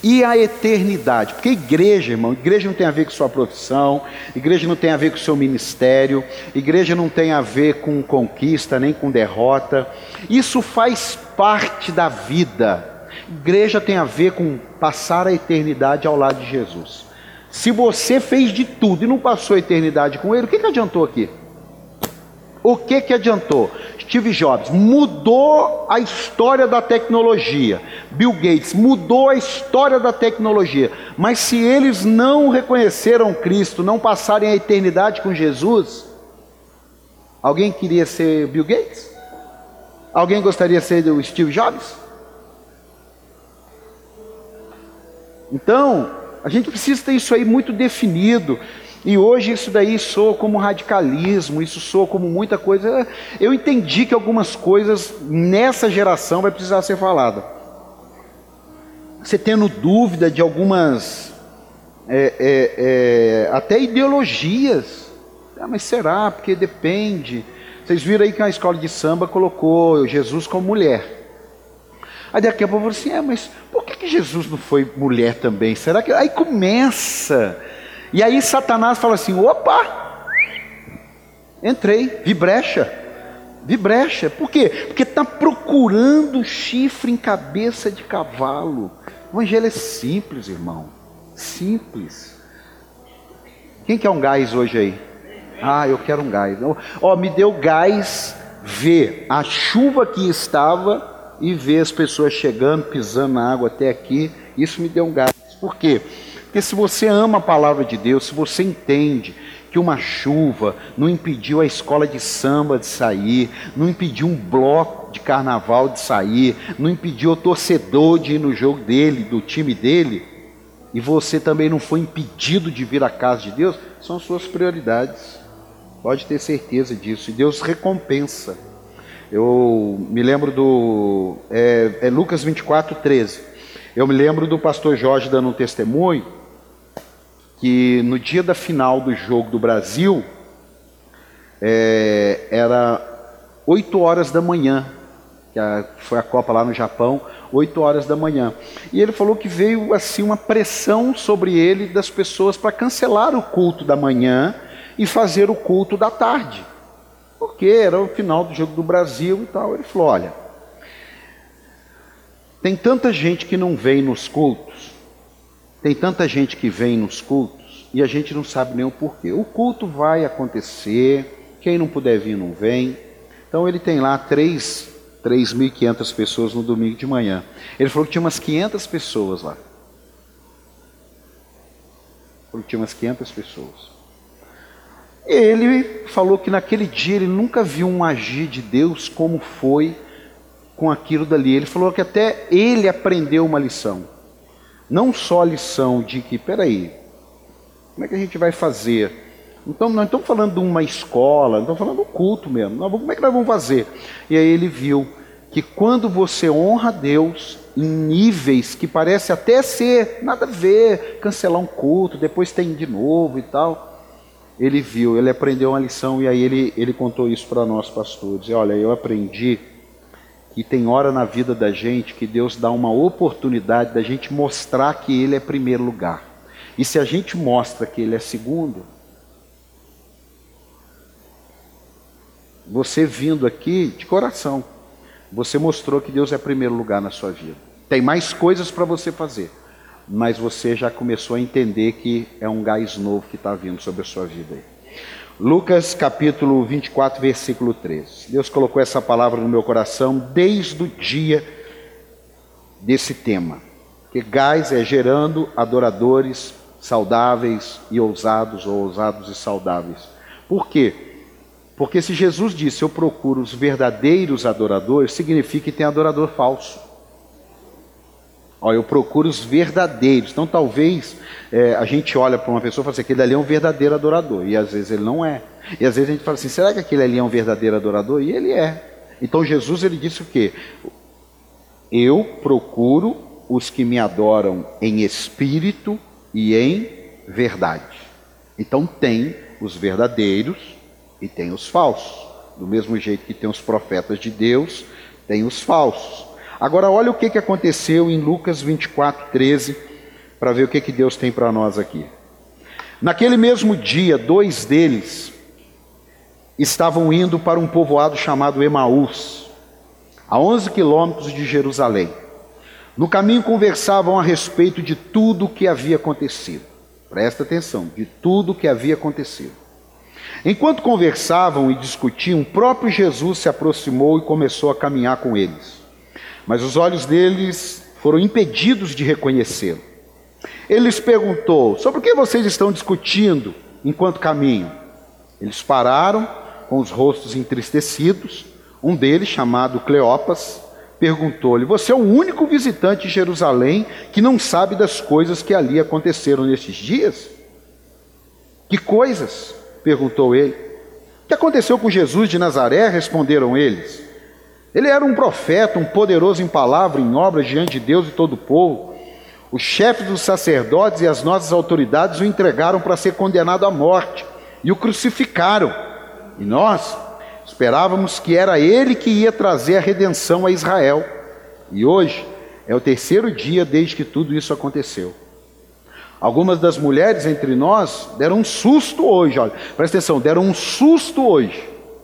e a eternidade. Porque igreja, irmão, igreja não tem a ver com sua profissão, igreja não tem a ver com seu ministério, igreja não tem a ver com conquista, nem com derrota. Isso faz parte da vida. Igreja tem a ver com passar a eternidade ao lado de Jesus. Se você fez de tudo e não passou a eternidade com ele, o que adiantou aqui? O que adiantou? Steve Jobs mudou a história da tecnologia. Bill Gates mudou a história da tecnologia. Mas se eles não reconheceram Cristo, não passarem a eternidade com Jesus, alguém queria ser Bill Gates? Alguém gostaria de ser o Steve Jobs? Então, a gente precisa ter isso aí muito definido. E hoje isso daí soa como radicalismo, isso soa como muita coisa. Eu entendi que algumas coisas nessa geração vai precisar ser falada. Você tendo dúvida de algumas até ideologias. Mas será? Porque depende. Vocês viram aí que a escola de samba colocou Jesus como mulher. Aí daqui a pouco eu falo assim, mas por que Jesus não foi mulher também? Será que... Aí começa... E aí Satanás fala assim, opa, entrei, vi brecha. Por quê? Porque está procurando chifre em cabeça de cavalo. O evangelho é simples, irmão, simples. Quem quer um gás hoje aí? Ah, eu quero um gás. Me deu gás ver a chuva que estava e ver as pessoas chegando, pisando na água até aqui. Isso me deu um gás. Por quê? Porque se você ama a palavra de Deus, se você entende que uma chuva não impediu a escola de samba de sair, não impediu um bloco de carnaval de sair, não impediu o torcedor de ir no jogo dele, do time dele, e você também não foi impedido de vir à casa de Deus, são suas prioridades. Pode ter certeza disso, e Deus recompensa. Eu me lembro do Lucas 24:13. Eu me lembro do pastor Jorge dando um testemunho que no dia da final do jogo do Brasil, era 8 horas da manhã, que foi a Copa lá no Japão, 8 horas da manhã. E ele falou que veio assim uma pressão sobre ele das pessoas para cancelar o culto da manhã e fazer o culto da tarde, porque era o final do jogo do Brasil e tal. Ele falou, olha, tem tanta gente que não vem nos cultos, tem tanta gente que vem nos cultos e a gente não sabe nem o porquê. O culto vai acontecer, quem não puder vir não vem. Então ele tem lá 3.500 pessoas no domingo de manhã. Ele falou que tinha umas 500 pessoas lá. Falou que tinha umas 500 pessoas. Ele falou que naquele dia ele nunca viu um agir de Deus como foi com aquilo dali. Ele falou que até ele aprendeu uma lição. Não só a lição de que, peraí, como é que a gente vai fazer? Então, nós estamos falando de uma escola, não estamos falando do culto mesmo. Como é que nós vamos fazer? E aí ele viu que quando você honra Deus em níveis que parece até ser, nada a ver, cancelar um culto, depois tem de novo e tal. Ele viu, ele aprendeu uma lição e aí ele contou isso para nós pastores. Olha, eu aprendi que tem hora na vida da gente que Deus dá uma oportunidade da gente mostrar que Ele é primeiro lugar. E se a gente mostra que Ele é segundo, você vindo aqui de coração, você mostrou que Deus é primeiro lugar na sua vida. Tem mais coisas para você fazer, mas você já começou a entender que é um gás novo que está vindo sobre a sua vida aí. Lucas capítulo 24, versículo 13. Deus colocou essa palavra no meu coração desde o dia desse tema. Que gás é gerando adoradores saudáveis e ousados, ou ousados e saudáveis. Por quê? Porque se Jesus disse, eu procuro os verdadeiros adoradores, significa que tem adorador falso. Eu procuro os verdadeiros. Então talvez a gente olha para uma pessoa e fala assim, aquele ali é um verdadeiro adorador. E às vezes ele não é. E às vezes a gente fala assim, será que aquele ali é um verdadeiro adorador? E ele é. Então Jesus ele disse o quê? Eu procuro os que me adoram em espírito e em verdade. Então tem os verdadeiros e tem os falsos. Do mesmo jeito que tem os profetas de Deus, tem os falsos. Agora olha o que aconteceu em Lucas 24, 13, para ver o que Deus tem para nós aqui. Naquele mesmo dia, 2 deles estavam indo para um povoado chamado Emaús, a 11 quilômetros de Jerusalém. No caminho conversavam a respeito de tudo o que havia acontecido. Presta atenção, de tudo o que havia acontecido. Enquanto conversavam e discutiam, o próprio Jesus se aproximou e começou a caminhar com eles. Mas os olhos deles foram impedidos de reconhecê-lo. Ele lhes perguntou: sobre o que vocês estão discutindo enquanto caminham? Eles pararam, com os rostos entristecidos. Um deles, chamado Cleopas, perguntou-lhe: você é o único visitante de Jerusalém que não sabe das coisas que ali aconteceram nesses dias? Que coisas? Perguntou ele. O que aconteceu com Jesus de Nazaré? Responderam eles. Ele era um profeta, um poderoso em palavra, em obras diante de Deus e todo o povo. Os chefes dos sacerdotes e as nossas autoridades o entregaram para ser condenado à morte e o crucificaram. E nós esperávamos que era ele que ia trazer a redenção a Israel. E hoje é o 3º dia desde que tudo isso aconteceu. Algumas das mulheres entre nós deram um susto hoje, olha, presta atenção, deram um susto hoje.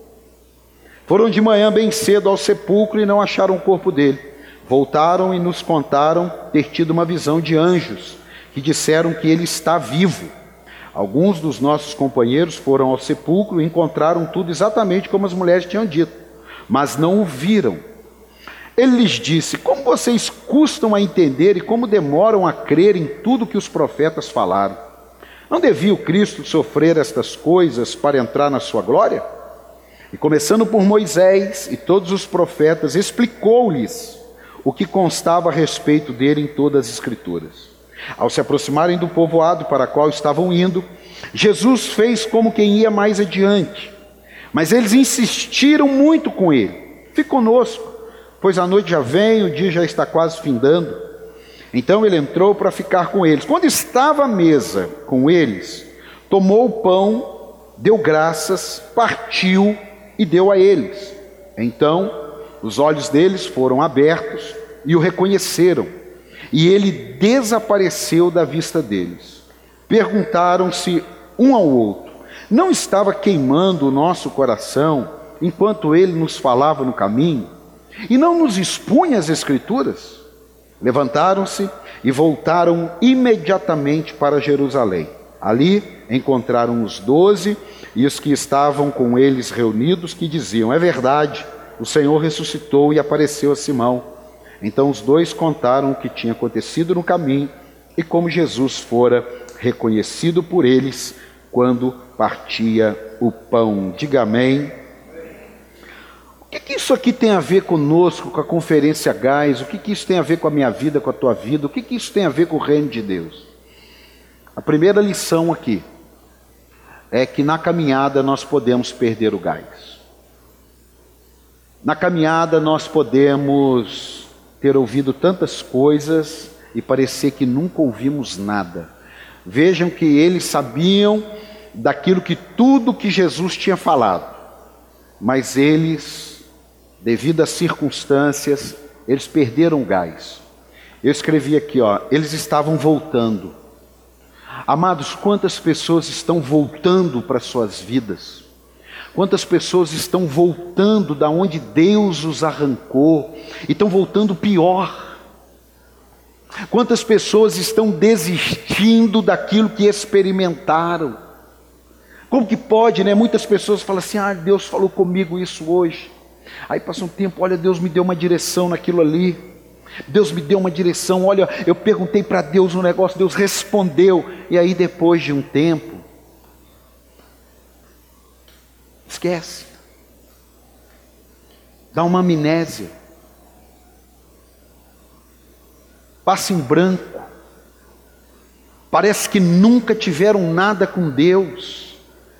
Foram de manhã bem cedo ao sepulcro e não acharam o corpo dele. Voltaram e nos contaram ter tido uma visão de anjos, que disseram que ele está vivo. Alguns dos nossos companheiros foram ao sepulcro e encontraram tudo exatamente como as mulheres tinham dito, mas não o viram. Ele lhes disse: como vocês custam a entender e como demoram a crer em tudo que os profetas falaram? Não devia o Cristo sofrer estas coisas para entrar na sua glória? E começando por Moisés e todos os profetas, explicou-lhes o que constava a respeito dele em todas as Escrituras. Ao se aproximarem do povoado para o qual estavam indo, Jesus fez como quem ia mais adiante. Mas eles insistiram muito com ele: fique conosco, pois a noite já vem, o dia já está quase findando. Então ele entrou para ficar com eles. Quando estava à mesa com eles, tomou o pão, deu graças, partiu e deu a eles. Então os olhos deles foram abertos e o reconheceram, e ele desapareceu da vista deles. Perguntaram-se um ao outro: não estava queimando o nosso coração enquanto ele nos falava no caminho? E não nos expunha as Escrituras? Levantaram-se e voltaram imediatamente para Jerusalém. Ali encontraram os 12 e os que estavam com eles reunidos, que diziam: é verdade, o Senhor ressuscitou e apareceu a Simão. Então os 2 contaram o que tinha acontecido no caminho e como Jesus fora reconhecido por eles quando partia o pão. Diga amém. O que isso aqui tem a ver conosco, com a Conferência Gás? O que isso tem a ver com a minha vida, com a tua vida? O que isso tem a ver com o reino de Deus? A primeira lição aqui é que na caminhada nós podemos perder o gás. Na caminhada nós podemos ter ouvido tantas coisas e parecer que nunca ouvimos nada. Vejam que eles sabiam daquilo que tudo que Jesus tinha falado, mas eles, devido às circunstâncias, eles perderam o gás. Eu escrevi aqui, eles estavam voltando. Amados, quantas pessoas estão voltando para suas vidas? Quantas pessoas estão voltando da onde Deus os arrancou e estão voltando pior? Quantas pessoas estão desistindo daquilo que experimentaram? Como que pode, né? Muitas pessoas falam assim: Deus falou comigo isso hoje. Aí passa um tempo: olha, Deus me deu uma direção naquilo ali. Deus me deu uma direção, olha, eu perguntei para Deus um negócio, Deus respondeu. E aí depois de um tempo, esquece. Dá uma amnésia. Passa em branco. Parece que nunca tiveram nada com Deus.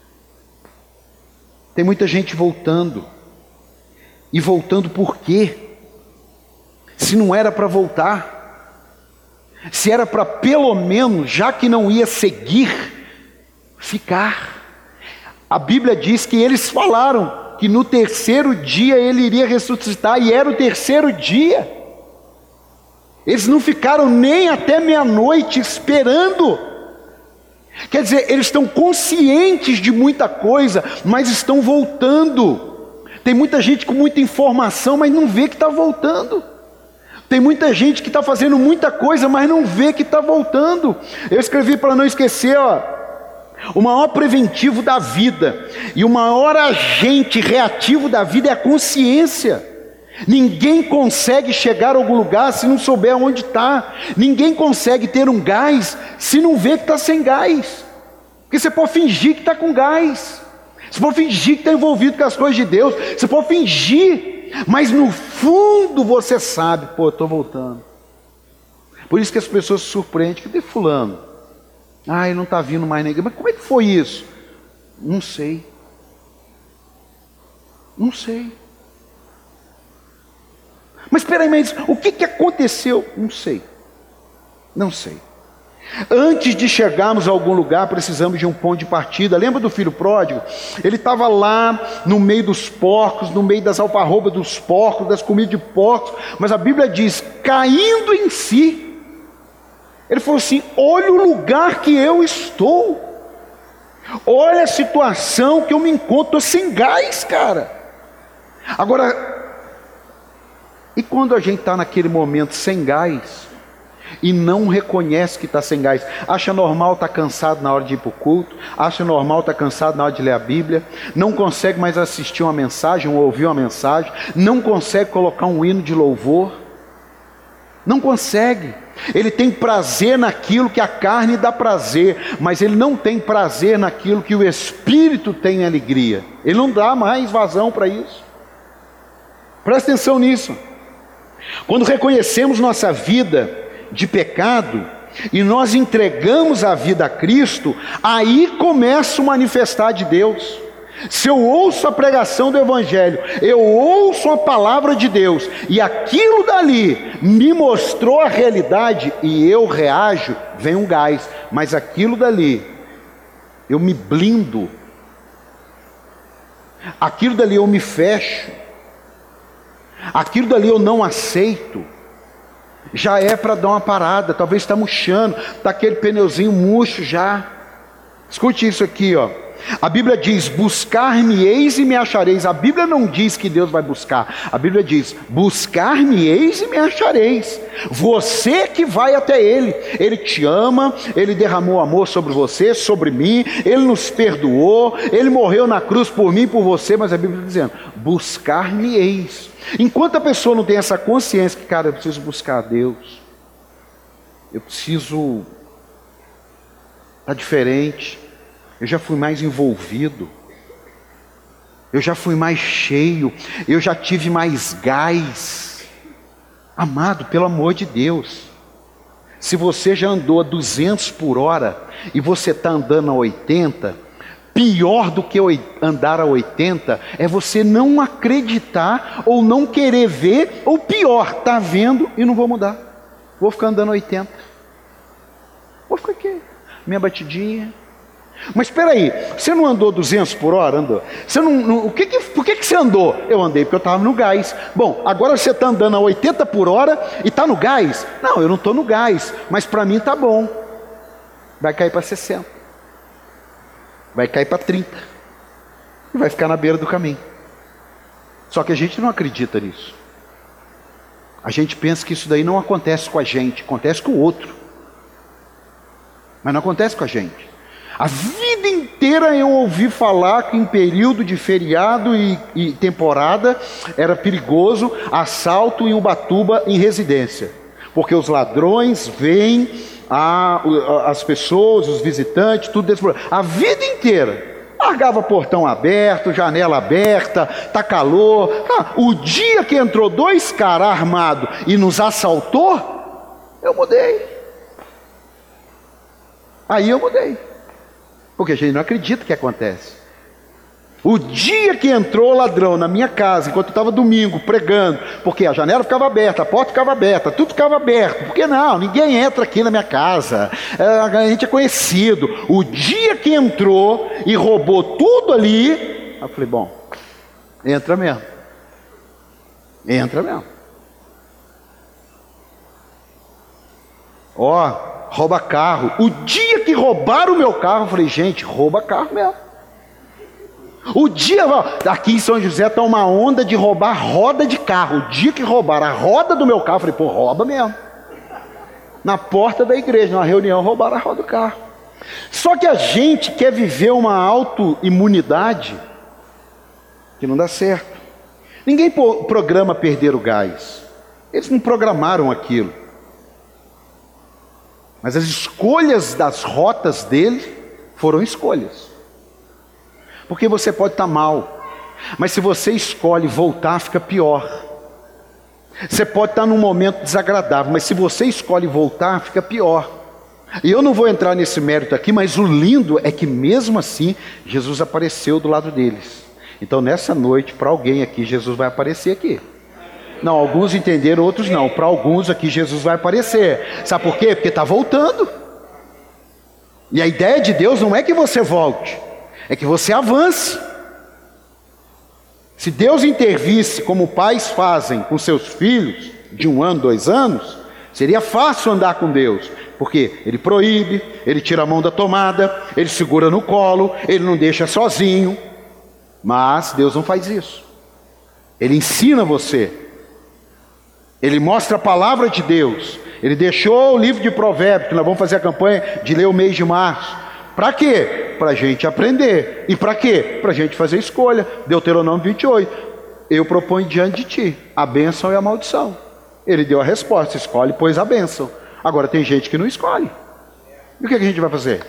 Tem muita gente voltando. E voltando por quê? Se não era para voltar. Se era para pelo menos, já que não ia seguir, ficar. A Bíblia diz que eles falaram que no 3º dia ele iria ressuscitar, e era o 3º dia. Eles não ficaram nem até meia-noite esperando. Quer dizer, eles estão conscientes de muita coisa, mas estão voltando. Tem muita gente com muita informação, mas não vê que está voltando. Tem muita gente que está fazendo muita coisa, mas não vê que está voltando. Eu escrevi para não esquecer, o maior preventivo da vida e o maior agente reativo da vida é a consciência. Ninguém consegue chegar a algum lugar se não souber onde está. Ninguém consegue ter um gás se não vê que está sem gás. Porque você pode fingir que está com gás, você pode fingir que está envolvido com as coisas de Deus, você pode fingir, mas no fundo você sabe, eu estou voltando. Por isso que as pessoas se surpreendem, cadê fulano? Ele não está vindo mais na igreja. Mas como é que foi isso? Não sei. Não sei. Mas espera aí, mas o que aconteceu? Não sei. Não sei. Antes de chegarmos a algum lugar, precisamos de um ponto de partida. Lembra do filho pródigo? Ele estava lá no meio dos porcos, no meio das alfarrobas dos porcos, das comidas de porcos. Mas a Bíblia diz, caindo em si. Ele falou assim, olha o lugar que eu estou. Olha a situação que eu me encontro. Estou sem gás, cara. Agora, e quando a gente está naquele momento sem gás e não reconhece que está sem gás, acha normal estar cansado na hora de ir para o culto, acha normal estar cansado na hora de ler a Bíblia, não consegue mais assistir uma mensagem ou ouvir uma mensagem, não consegue colocar um hino de louvor, não consegue. Ele tem prazer naquilo que a carne dá prazer, mas ele não tem prazer naquilo que o Espírito tem alegria. Ele não dá mais vazão para isso. Presta atenção nisso. Quando reconhecemos nossa vida de pecado e nós entregamos a vida a Cristo, aí começa o manifestar de Deus. Se eu ouço a pregação do Evangelho, eu ouço a palavra de Deus, e aquilo dali me mostrou a realidade, e eu reajo, vem um gás, mas aquilo dali, eu me blindo, aquilo dali eu me fecho, aquilo dali eu não aceito, já é para dar uma parada, talvez está murchando, está aquele pneuzinho murcho já. Escute isso aqui, a Bíblia diz, buscar-me-eis e me achareis. A Bíblia não diz que Deus vai buscar, a Bíblia diz, buscar-me-eis e me achareis. Você que vai até Ele, Ele te ama, Ele derramou amor sobre você, sobre mim, Ele nos perdoou, Ele morreu na cruz por mim e por você, mas a Bíblia está dizendo, buscar-me-eis. Enquanto a pessoa não tem essa consciência que, cara, eu preciso buscar a Deus, eu preciso estar diferente, eu já fui mais envolvido, eu já fui mais cheio, eu já tive mais gás. Amado, pelo amor de Deus, se você já andou a 200 por hora e você está andando a 80, pior do que andar a 80 é você não acreditar ou não querer ver, ou pior, está vendo e não vou mudar, vou ficar andando a 80, vou ficar aqui, minha batidinha. Mas espera aí, você não andou 200 por hora? Andou. Você por que você andou? Eu andei porque eu estava no gás. Bom, agora você está andando a 80 por hora e está no gás? Não, eu não estou no gás, mas para mim está bom. Vai cair para 60, vai cair para 30 e vai ficar na beira do caminho. Só que a gente não acredita nisso. A gente pensa que isso daí não acontece com a gente, acontece com o outro, mas não acontece com a gente. A vida inteira eu ouvi falar que em período de feriado e temporada era perigoso assalto em Ubatuba em residência, porque os ladrões vêm, as pessoas, os visitantes, tudo desse problema. A vida inteira largava portão aberto, janela aberta, tá calor. O dia que entrou 2 caras armados e nos assaltou, eu mudei. Aí eu mudei. Porque a gente não acredita que acontece. O dia que entrou o ladrão na minha casa, enquanto eu estava domingo pregando, porque a janela ficava aberta, a porta ficava aberta, tudo ficava aberto, porque não, ninguém entra aqui na minha casa, a gente é conhecido. O dia que entrou e roubou tudo ali, eu falei, bom, entra mesmo. Ó, rouba carro. O dia que roubaram o meu carro, eu falei, gente, rouba carro mesmo. O dia, aqui em São José está uma onda de roubar roda de carro. O dia que roubaram a roda do meu carro, eu falei, pô, rouba mesmo. Na porta da igreja, numa reunião, roubaram a roda do carro. Só que a gente quer viver uma autoimunidade que não dá certo. Ninguém programa perder o gás. Eles não programaram aquilo. Mas as escolhas das rotas dele foram escolhas. Porque você pode estar mal, mas se você escolhe voltar, fica pior. Você pode estar num momento desagradável, mas se você escolhe voltar, fica pior. E eu não vou entrar nesse mérito aqui, mas o lindo é que mesmo assim, Jesus apareceu do lado deles. Então nessa noite, para alguém aqui, Jesus vai aparecer aqui. Não, alguns entenderam, outros não. Para alguns aqui, Jesus vai aparecer. Sabe por quê? Porque está voltando. E a ideia de Deus não é que você volte, é que você avance. Se Deus intervisse como pais fazem com seus filhos, de 1 ano, 2 anos, seria fácil andar com Deus. Porque Ele proíbe, Ele tira a mão da tomada, Ele segura no colo, Ele não deixa sozinho. Mas Deus não faz isso. Ele ensina você. Ele mostra a palavra de Deus. Ele deixou o livro de Provérbios, que nós vamos fazer a campanha de ler o mês de março. Para quê? Para a gente aprender. E para quê? Para a gente fazer escolha. Deuteronômio 28. Eu proponho diante de ti a bênção e a maldição. Ele deu a resposta, escolhe, pois a bênção. Agora tem gente que não escolhe. E o que a gente vai fazer?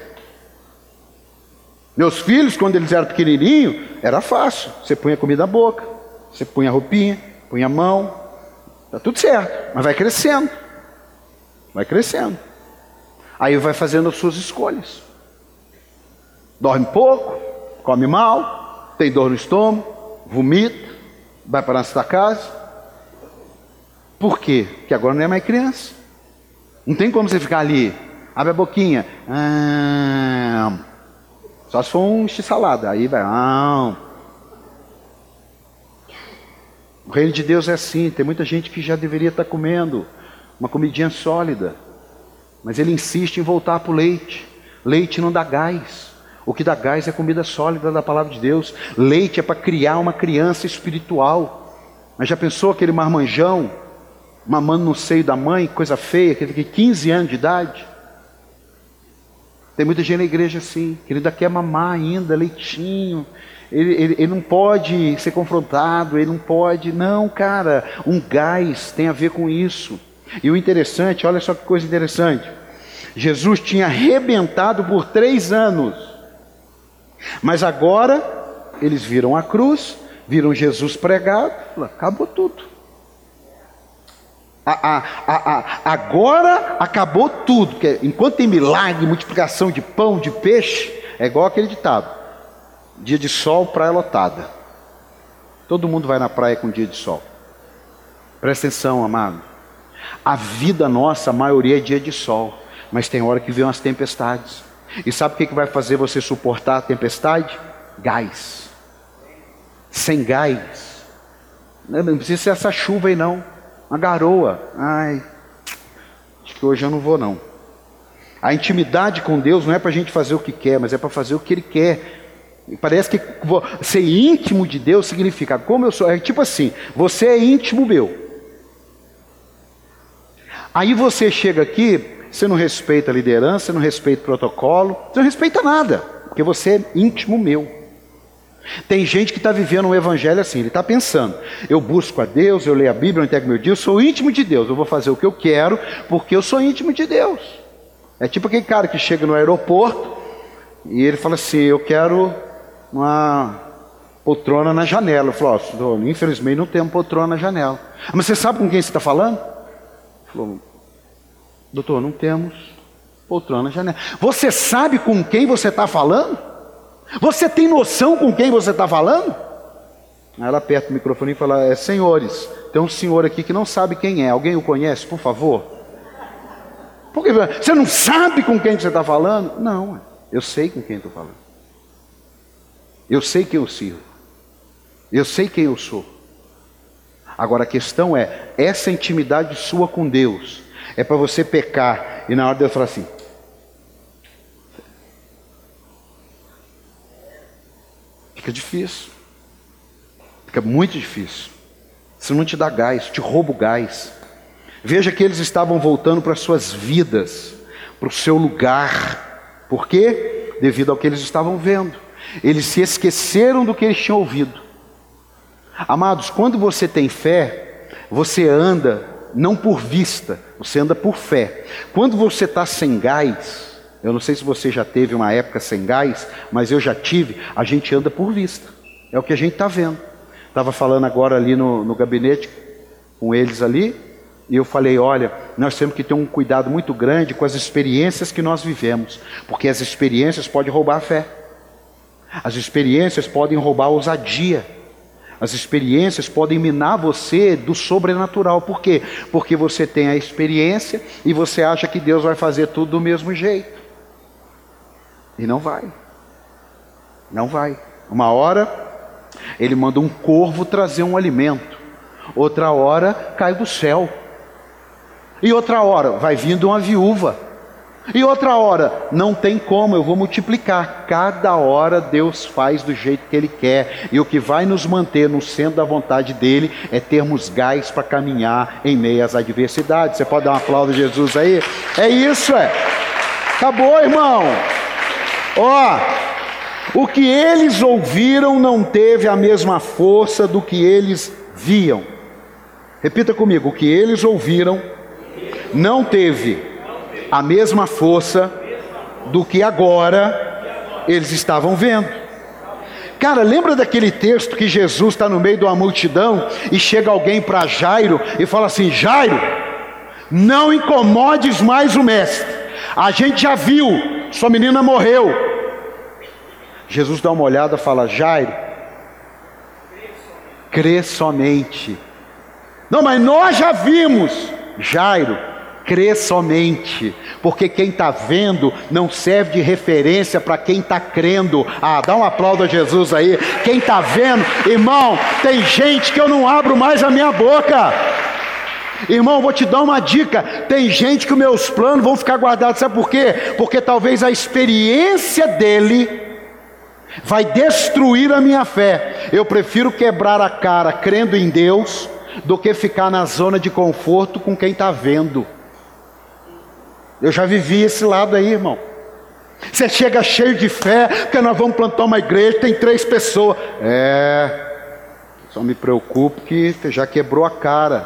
Meus filhos, quando eles eram pequenininhos, era fácil. Você punha comida na boca, você punha a roupinha, punha a mão, está tudo certo. Mas vai crescendo. Vai crescendo. Aí vai fazendo as suas escolhas. Dorme pouco, come mal, tem dor no estômago, vomita, vai para a sua casa. Por quê? Porque agora não é mais criança. Não tem como você ficar ali, abre a boquinha, só se for um x-salada, aí vai, O reino de Deus é assim, tem muita gente que já deveria estar comendo uma comidinha sólida, mas ele insiste em voltar para o leite. Leite não dá gás. O que dá gás é comida sólida da palavra de Deus. Leite é para criar uma criança espiritual. Mas já pensou aquele marmanjão mamando no seio da mãe, coisa feia, que tem 15 anos de idade? Tem muita gente na igreja assim, que ainda quer mamar ainda, leitinho. Ele não pode ser confrontado, ele não pode. Não, cara, um gás tem a ver com isso. E o interessante, olha só que coisa interessante. Jesus tinha arrebentado por 3 anos. Mas agora, eles viram a cruz, viram Jesus pregado, acabou tudo. Agora acabou tudo. Porque enquanto tem milagre, multiplicação de pão, de peixe, é igual aquele ditado: dia de sol, praia lotada. Todo mundo vai na praia com dia de sol. Presta atenção, amado. A vida nossa, a maioria é dia de sol, mas tem hora que vem umas tempestades. E sabe o que vai fazer você suportar a tempestade? Gás. Sem gás, não precisa ser essa chuva aí não, uma garoa. Ai, acho que hoje eu não vou não. A intimidade com Deus não é para a gente fazer o que quer, mas é para fazer o que Ele quer. E parece que ser íntimo de Deus significa, como eu sou, é tipo assim, você é íntimo meu. Aí você chega aqui, você não respeita a liderança, você não respeita o protocolo, você não respeita nada, porque você é íntimo meu. Tem gente que está vivendo um evangelho assim, ele está pensando, eu busco a Deus, eu leio a Bíblia, eu entrego meu dia, eu sou íntimo de Deus, eu vou fazer o que eu quero, porque eu sou íntimo de Deus. É tipo aquele cara que chega no aeroporto, e ele fala assim, eu quero uma poltrona na janela. Eu falo, infelizmente não temos poltrona na janela. Mas você sabe com quem você está falando? Ele falou, doutor, não temos poltrona na janela. Você sabe com quem você está falando? Você tem noção com quem você está falando? Aí ela aperta o microfone e fala, senhores, tem um senhor aqui que não sabe quem é. Alguém o conhece, por favor? Por que você não sabe com quem você está falando? Não, eu sei com quem estou falando. Eu sei quem eu sirvo. Eu sei quem eu sou. Agora a questão é, essa intimidade sua com Deus é para você pecar E na hora Deus fala assim: fica difícil. Fica muito difícil. Isso não te dá gás, te rouba o gás. Veja que eles estavam voltando para suas vidas, para o seu lugar. Por quê? Devido ao que eles estavam vendo. Eles se esqueceram do que eles tinham ouvido. Amados, quando você tem fé, você anda não por vista, você anda por fé. Quando você está sem gás, eu não sei se você já teve uma época sem gás, mas eu já tive, a gente anda por vista. É o que a gente está vendo. Estava falando agora ali no gabinete com eles ali, e eu falei: olha, nós temos que ter um cuidado muito grande com as experiências que nós vivemos, porque as experiências podem roubar a fé, as experiências podem roubar a ousadia, as experiências podem minar você do sobrenatural. Por quê? Porque você tem a experiência e você acha que Deus vai fazer tudo do mesmo jeito, e não vai, não vai. Uma hora Ele manda um corvo trazer um alimento, outra hora cai do céu, e outra hora vai vindo uma viúva, e outra hora não tem como, eu vou multiplicar. Cada hora Deus faz do jeito que Ele quer, e o que vai nos manter no centro da vontade dEle é termos gás para caminhar em meio às adversidades. Você pode dar um aplauso a Jesus aí? É isso, acabou, irmão. O que eles ouviram não teve a mesma força do que eles viam. Repita comigo: o que eles ouviram não teve a mesma força do que agora eles estavam vendo. Cara, lembra daquele texto que Jesus está no meio de uma multidão e chega alguém para Jairo e fala assim: Jairo, não incomodes mais o mestre, a gente já viu, sua menina morreu. Jesus dá uma olhada e fala: Jairo, crê somente. Não, mas nós já vimos. Jairo, crê somente, porque quem está vendo não serve de referência para quem está crendo. Dá um aplauso a Jesus aí. Quem está vendo, irmão, tem gente que eu não abro mais a minha boca. Irmão, vou te dar uma dica: tem gente que os meus planos vão ficar guardados. Sabe por quê? Porque talvez a experiência dele vai destruir a minha fé. Eu prefiro quebrar a cara crendo em Deus do que ficar na zona de conforto com quem está vendo. Eu já vivi esse lado aí, irmão. Você chega cheio de fé, porque nós vamos plantar uma igreja, tem 3 pessoas. Só me preocupo que você já quebrou a cara.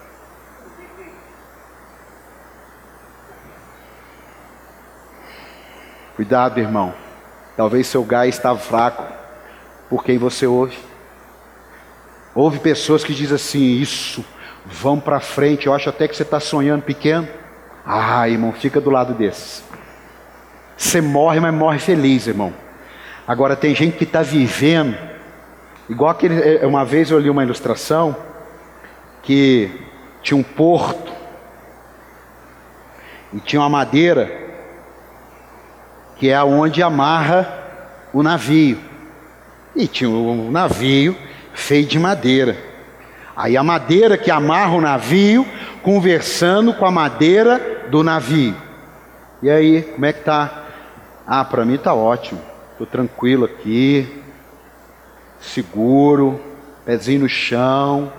Cuidado, irmão. Talvez seu gás está fraco por quem você ouve. Houve pessoas que dizem assim: isso, vamos para frente. Eu acho até que você está sonhando pequeno. Irmão, fica do lado desses. Você morre, mas morre feliz, irmão. Agora tem gente que está vivendo igual aquele. Uma vez eu li uma ilustração que tinha um porto e tinha uma madeira que é onde amarra o navio. E tinha um navio feito de madeira. Aí a madeira que amarra o navio conversando com a madeira do navio. E aí, como é que tá? Para mim tá ótimo. Tô tranquilo aqui, seguro, pezinho no chão,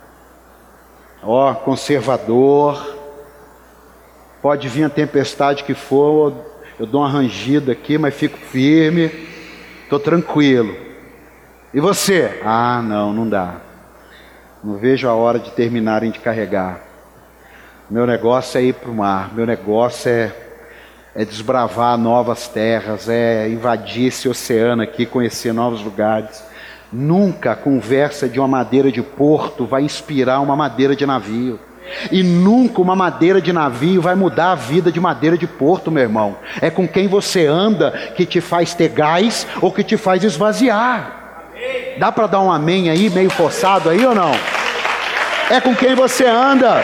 conservador. Pode vir a tempestade que for, eu dou uma rangida aqui, mas fico firme, estou tranquilo. E você? Não dá. Não vejo a hora de terminarem de carregar. Meu negócio é ir para o mar, meu negócio é desbravar novas terras, é invadir esse oceano aqui, conhecer novos lugares. Nunca a conversa de uma madeira de porto vai inspirar uma madeira de navio. E nunca uma madeira de navio vai mudar a vida de madeira de porto, meu irmão. É com quem você anda que te faz ter gás ou que te faz esvaziar. Dá para dar um amém aí, meio forçado aí ou não? É com quem você anda.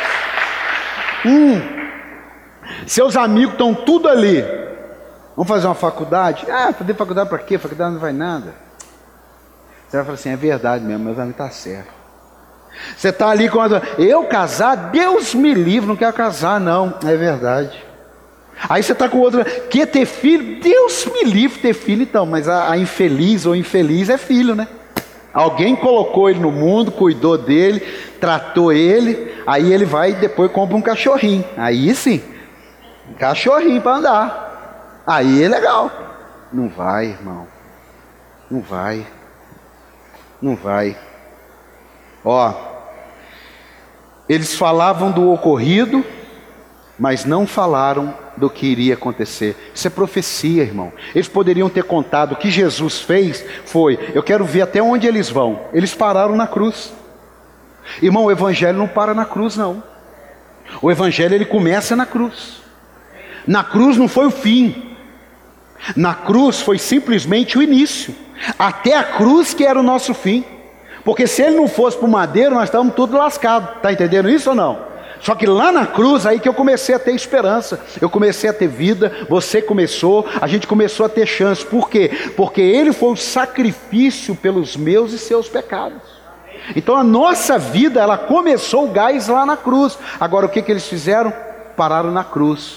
Seus amigos estão tudo ali. Vamos fazer uma faculdade? Fazer faculdade para quê? Faculdade não vai nada. Você vai falar assim: é verdade mesmo, meus amigos estão certos. Você está ali com eu casar, Deus me livre, não quero casar não. É verdade. Aí você está com outra, quer ter filho? Deus me livre ter filho então. Mas a infeliz ou infeliz é filho, né? Alguém colocou ele no mundo, cuidou dele, tratou ele. Aí ele vai e depois compra um cachorrinho. Aí sim, um cachorrinho para andar. Aí é legal. Não vai, irmão. Não vai. Não vai. Ó, eles falavam do ocorrido, mas não falaram do que iria acontecer. Isso é profecia, irmão. Eles poderiam ter contado o que Jesus fez. Eu quero ver até onde eles vão. Eles pararam na cruz. Irmão, o evangelho não para na cruz não. O evangelho ele começa na cruz. Na cruz não foi o fim. Na cruz foi simplesmente o início. Até a cruz que era o nosso fim. Porque se ele não fosse para o madeiro, nós estávamos todos lascados. Está entendendo isso ou não? Só que lá na cruz, aí que eu comecei a ter esperança. Eu comecei a ter vida, você começou, a gente começou a ter chance. Por quê? Porque ele foi o sacrifício pelos meus e seus pecados. Então a nossa vida, ela começou o gás lá na cruz. Agora o que eles fizeram? Pararam na cruz.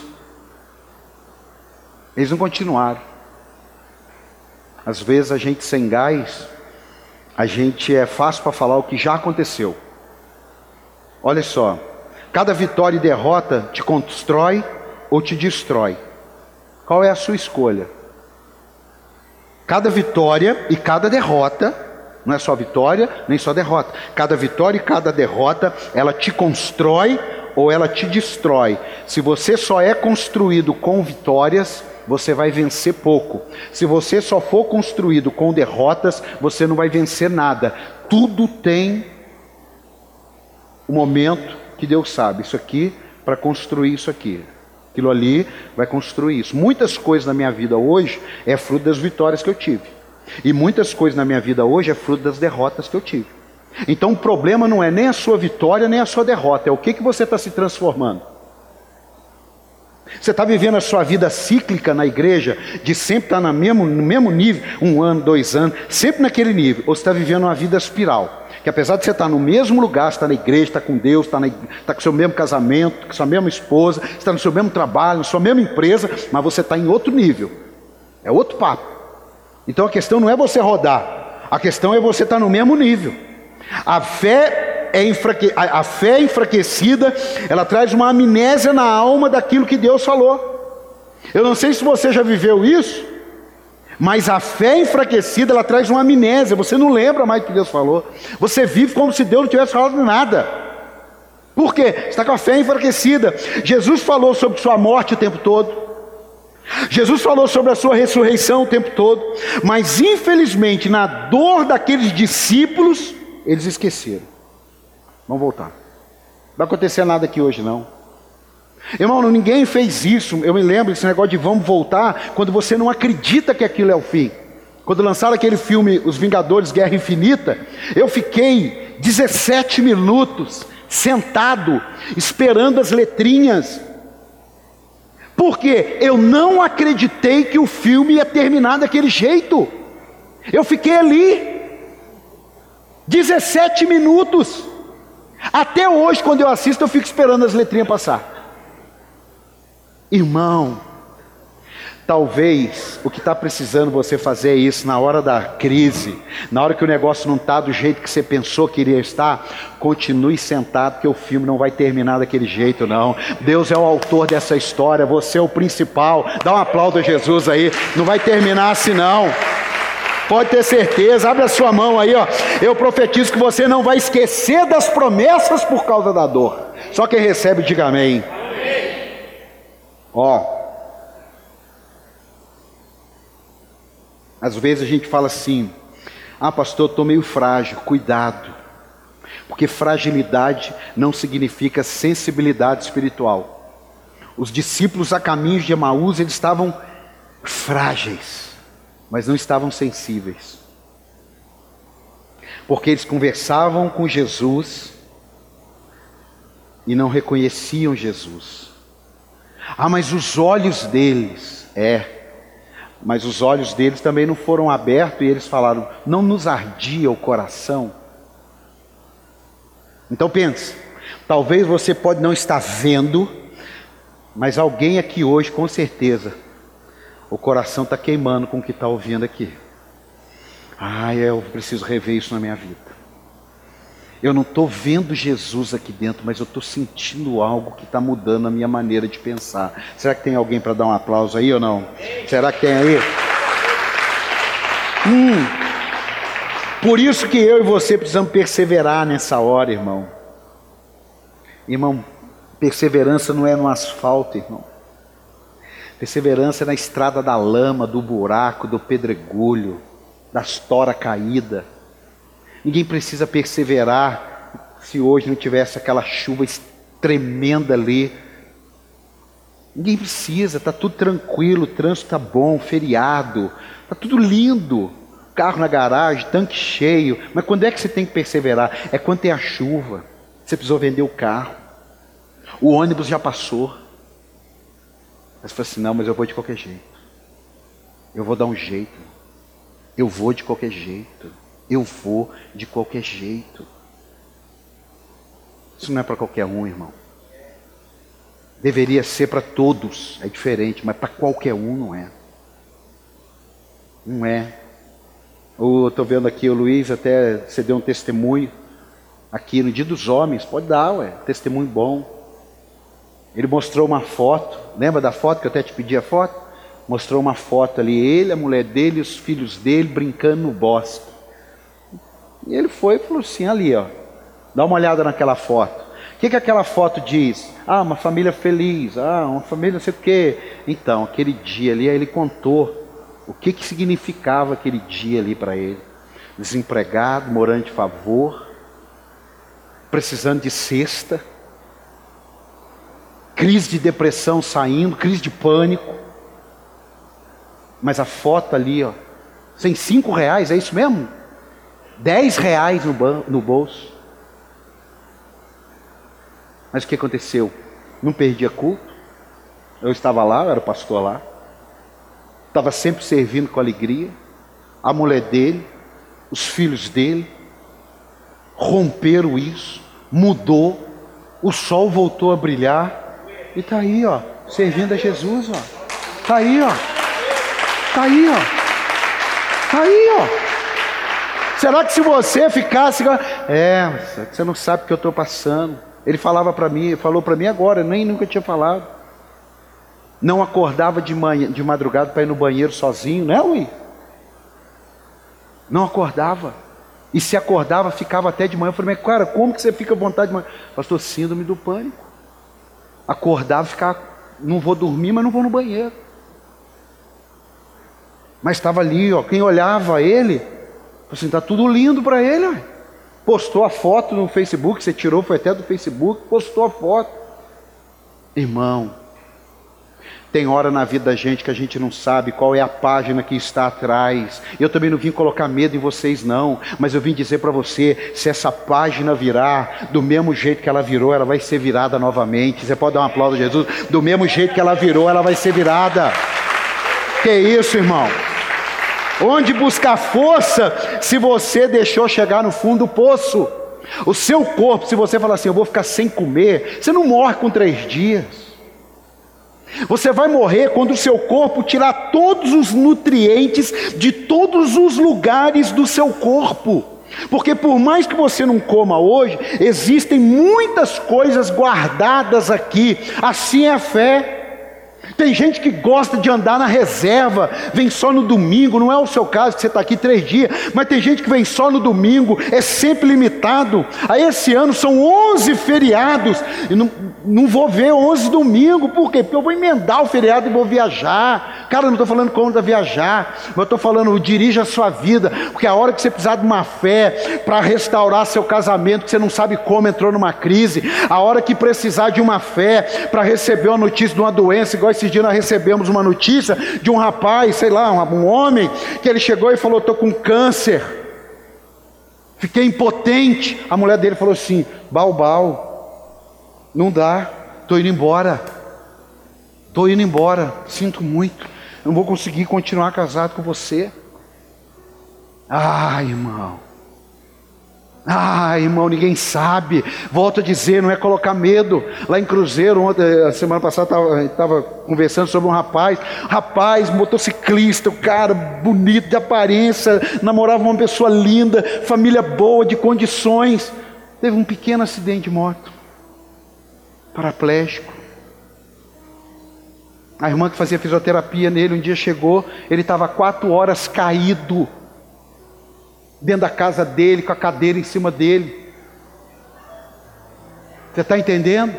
Eles não continuaram. Às vezes a gente sem gás, a gente é fácil para falar o que já aconteceu. Olha só, cada vitória e derrota te constrói ou te destrói. Qual é a sua escolha? Cada vitória e cada derrota, não é só vitória nem só derrota. Cada vitória e cada derrota, ela te constrói ou ela te destrói. Se você só é construído com vitórias, você vai vencer pouco. Se você só for construído com derrotas, você não vai vencer nada. Tudo tem o momento que Deus sabe. Isso aqui para construir isso aqui. Aquilo ali vai construir isso. Muitas coisas na minha vida hoje é fruto das vitórias que eu tive. E muitas coisas na minha vida hoje é fruto das derrotas que eu tive. Então o problema não é nem a sua vitória, nem a sua derrota. É o que você está se transformando. Você está vivendo a sua vida cíclica na igreja, de sempre estar no mesmo nível, 1 ano, 2 anos, sempre naquele nível. Ou você está vivendo uma vida espiral, que apesar de você estar no mesmo lugar, você está na igreja, está com Deus, está com o seu mesmo casamento, com a sua mesma esposa, está no seu mesmo trabalho, na sua mesma empresa, mas você está em outro nível. É outro papo. Então a questão não é você rodar, a questão é você estar no mesmo nível. A fé enfraquecida, ela traz uma amnésia na alma daquilo que Deus falou. Eu não sei se você já viveu isso, mas a fé enfraquecida, ela traz uma amnésia. Você não lembra mais do que Deus falou. Você vive como se Deus não tivesse falado nada. Por quê? Você está com a fé enfraquecida. Jesus falou sobre sua morte o tempo todo. Jesus falou sobre a sua ressurreição o tempo todo. Mas infelizmente, na dor daqueles discípulos, eles esqueceram. Vamos voltar. Não vai acontecer nada aqui hoje não. Irmão, ninguém fez isso. Eu me lembro desse negócio de vamos voltar, quando você não acredita que aquilo é o fim. Quando lançaram aquele filme Os Vingadores Guerra Infinita, eu fiquei 17 minutos sentado, esperando as letrinhas. Porque eu não acreditei que o filme ia terminar daquele jeito. Eu fiquei ali 17 minutos. Até hoje, quando eu assisto, eu fico esperando as letrinhas passar. Irmão, talvez o que está precisando você fazer é isso na hora da crise, na hora que o negócio não está do jeito que você pensou que iria estar. Continue sentado, que o filme não vai terminar daquele jeito não. Deus é o autor dessa história, você é o principal. Dá um aplauso a Jesus aí. Não vai terminar assim não. Pode ter certeza, abre a sua mão aí, ó. Eu profetizo que você não vai esquecer das promessas por causa da dor. Só quem recebe, diga amém. Ó, às vezes a gente fala assim: ah, pastor, eu estou meio frágil. Cuidado, porque fragilidade não significa sensibilidade espiritual. Os discípulos a caminho de Emaús, eles estavam frágeis, mas não estavam sensíveis, porque eles conversavam com Jesus e não reconheciam Jesus. Ah, mas os olhos deles, mas os olhos deles também não foram abertos, e eles falaram: não nos ardia o coração? Então pense, talvez você pode não estar vendo, mas alguém aqui hoje, com certeza, o coração está queimando com o que está ouvindo aqui. Eu preciso rever isso na minha vida. Eu não estou vendo Jesus aqui dentro, mas eu estou sentindo algo que está mudando a minha maneira de pensar. Será que tem alguém para dar um aplauso aí ou não? Será que tem aí? Por isso que eu e você precisamos perseverar nessa hora, irmão. Irmão, perseverança não é no asfalto, irmão. Perseverança é na estrada da lama, do buraco, do pedregulho, das tora caída. Ninguém precisa perseverar se hoje não tivesse aquela chuva tremenda ali. Ninguém precisa, está tudo tranquilo, o trânsito está bom, feriado, está tudo lindo. Carro na garagem, tanque cheio. Mas quando é que você tem que perseverar? É quando tem a chuva. Você precisou vender o carro. O ônibus já passou. Aí você fala assim, não, mas eu vou de qualquer jeito. Eu vou dar um jeito. Eu vou de qualquer jeito. Eu vou de qualquer jeito. Isso não é para qualquer um, irmão. Deveria ser para todos. É diferente, mas para qualquer um não é. Não é. Eu estou vendo aqui o Luiz, até você deu um testemunho aqui no Dia dos Homens. Pode dar, testemunho bom. Ele mostrou uma foto. Lembra da foto que eu até te pedi a foto? Mostrou uma foto ali, ele, a mulher dele e os filhos dele brincando no bosque. E ele foi e falou assim, ali ó, dá uma olhada naquela foto. O que aquela foto diz? Uma família feliz, uma família não sei o quê. Então, aquele dia ali, aí ele contou o que significava aquele dia ali para ele. Desempregado, morando de favor, precisando de cesta, crise de depressão saindo, crise de pânico. Mas a foto ali, ó, sem R$5, é isso mesmo? R$10 no bolso. Mas o que aconteceu? Não perdia culto. Eu estava lá, eu era o pastor lá. Estava sempre servindo com alegria. A mulher dele, os filhos dele, romperam isso, mudou. O sol voltou a brilhar. E está aí, ó, servindo a Jesus, ó. Está aí, ó. Está aí, ó. Está aí, ó. Será que se você ficasse... você não sabe o que eu estou passando. Ele falava para mim, falou para mim agora, eu nem nunca tinha falado. Não acordava de madrugada para ir no banheiro sozinho, né, Luiz? Não acordava. E se acordava, ficava até de manhã. Eu falei, mas cara, como que você fica à vontade de manhã? Pastor, síndrome do pânico. Acordava, ficava, não vou dormir, mas não vou no banheiro. Mas estava ali, ó, quem olhava ele, assim, tá tudo lindo para ele, ó. Postou a foto no Facebook, você tirou, foi até do Facebook, postou a foto. Irmão, tem hora na vida da gente que a gente não sabe qual é a página que está atrás. Eu também não vim colocar medo em vocês não, mas eu vim dizer para você, se essa página virar, do mesmo jeito que ela virou, ela vai ser virada novamente. Você pode dar um aplauso a Jesus? Do mesmo jeito que ela virou, ela vai ser virada. Que isso, irmão? Onde buscar força se você deixou chegar no fundo do poço? O seu corpo, se você falar assim, eu vou ficar sem comer, você não morre com 3 dias. Você vai morrer quando o seu corpo tirar todos os nutrientes de todos os lugares do seu corpo. Porque por mais que você não coma hoje, existem muitas coisas guardadas aqui. Assim é a fé. Tem gente que gosta de andar na reserva, vem só no domingo, não é o seu caso que você está aqui 3 dias, mas tem gente que vem só no domingo, é sempre limitado. Aí esse ano são 11 feriados, e não vou ver 11 domingos, por quê? Porque eu vou emendar o feriado e vou viajar. Cara, eu não estou falando como viajar, mas eu estou falando, dirija a sua vida, porque a hora que você precisar de uma fé para restaurar seu casamento, que você não sabe como, entrou numa crise, a hora que precisar de uma fé para receber uma notícia de uma doença, igual esses dias nós recebemos uma notícia de um rapaz, sei lá, um homem, que ele chegou e falou, estou com câncer, fiquei impotente. A mulher dele falou assim, Bal, não dá, estou indo embora, sinto muito, não vou conseguir continuar casado com você. Irmão, Ah, irmão, ninguém sabe. Volto a dizer, não é colocar medo. Lá em Cruzeiro, ontem, a semana passada, estava conversando sobre um rapaz, motociclista, o cara bonito de aparência, namorava uma pessoa linda, família boa, de condições. Teve um pequeno acidente de moto, paraplégico. A irmã que fazia fisioterapia nele, um dia chegou, ele estava 4 horas caído, dentro da casa dele, com a cadeira em cima dele. Você está entendendo?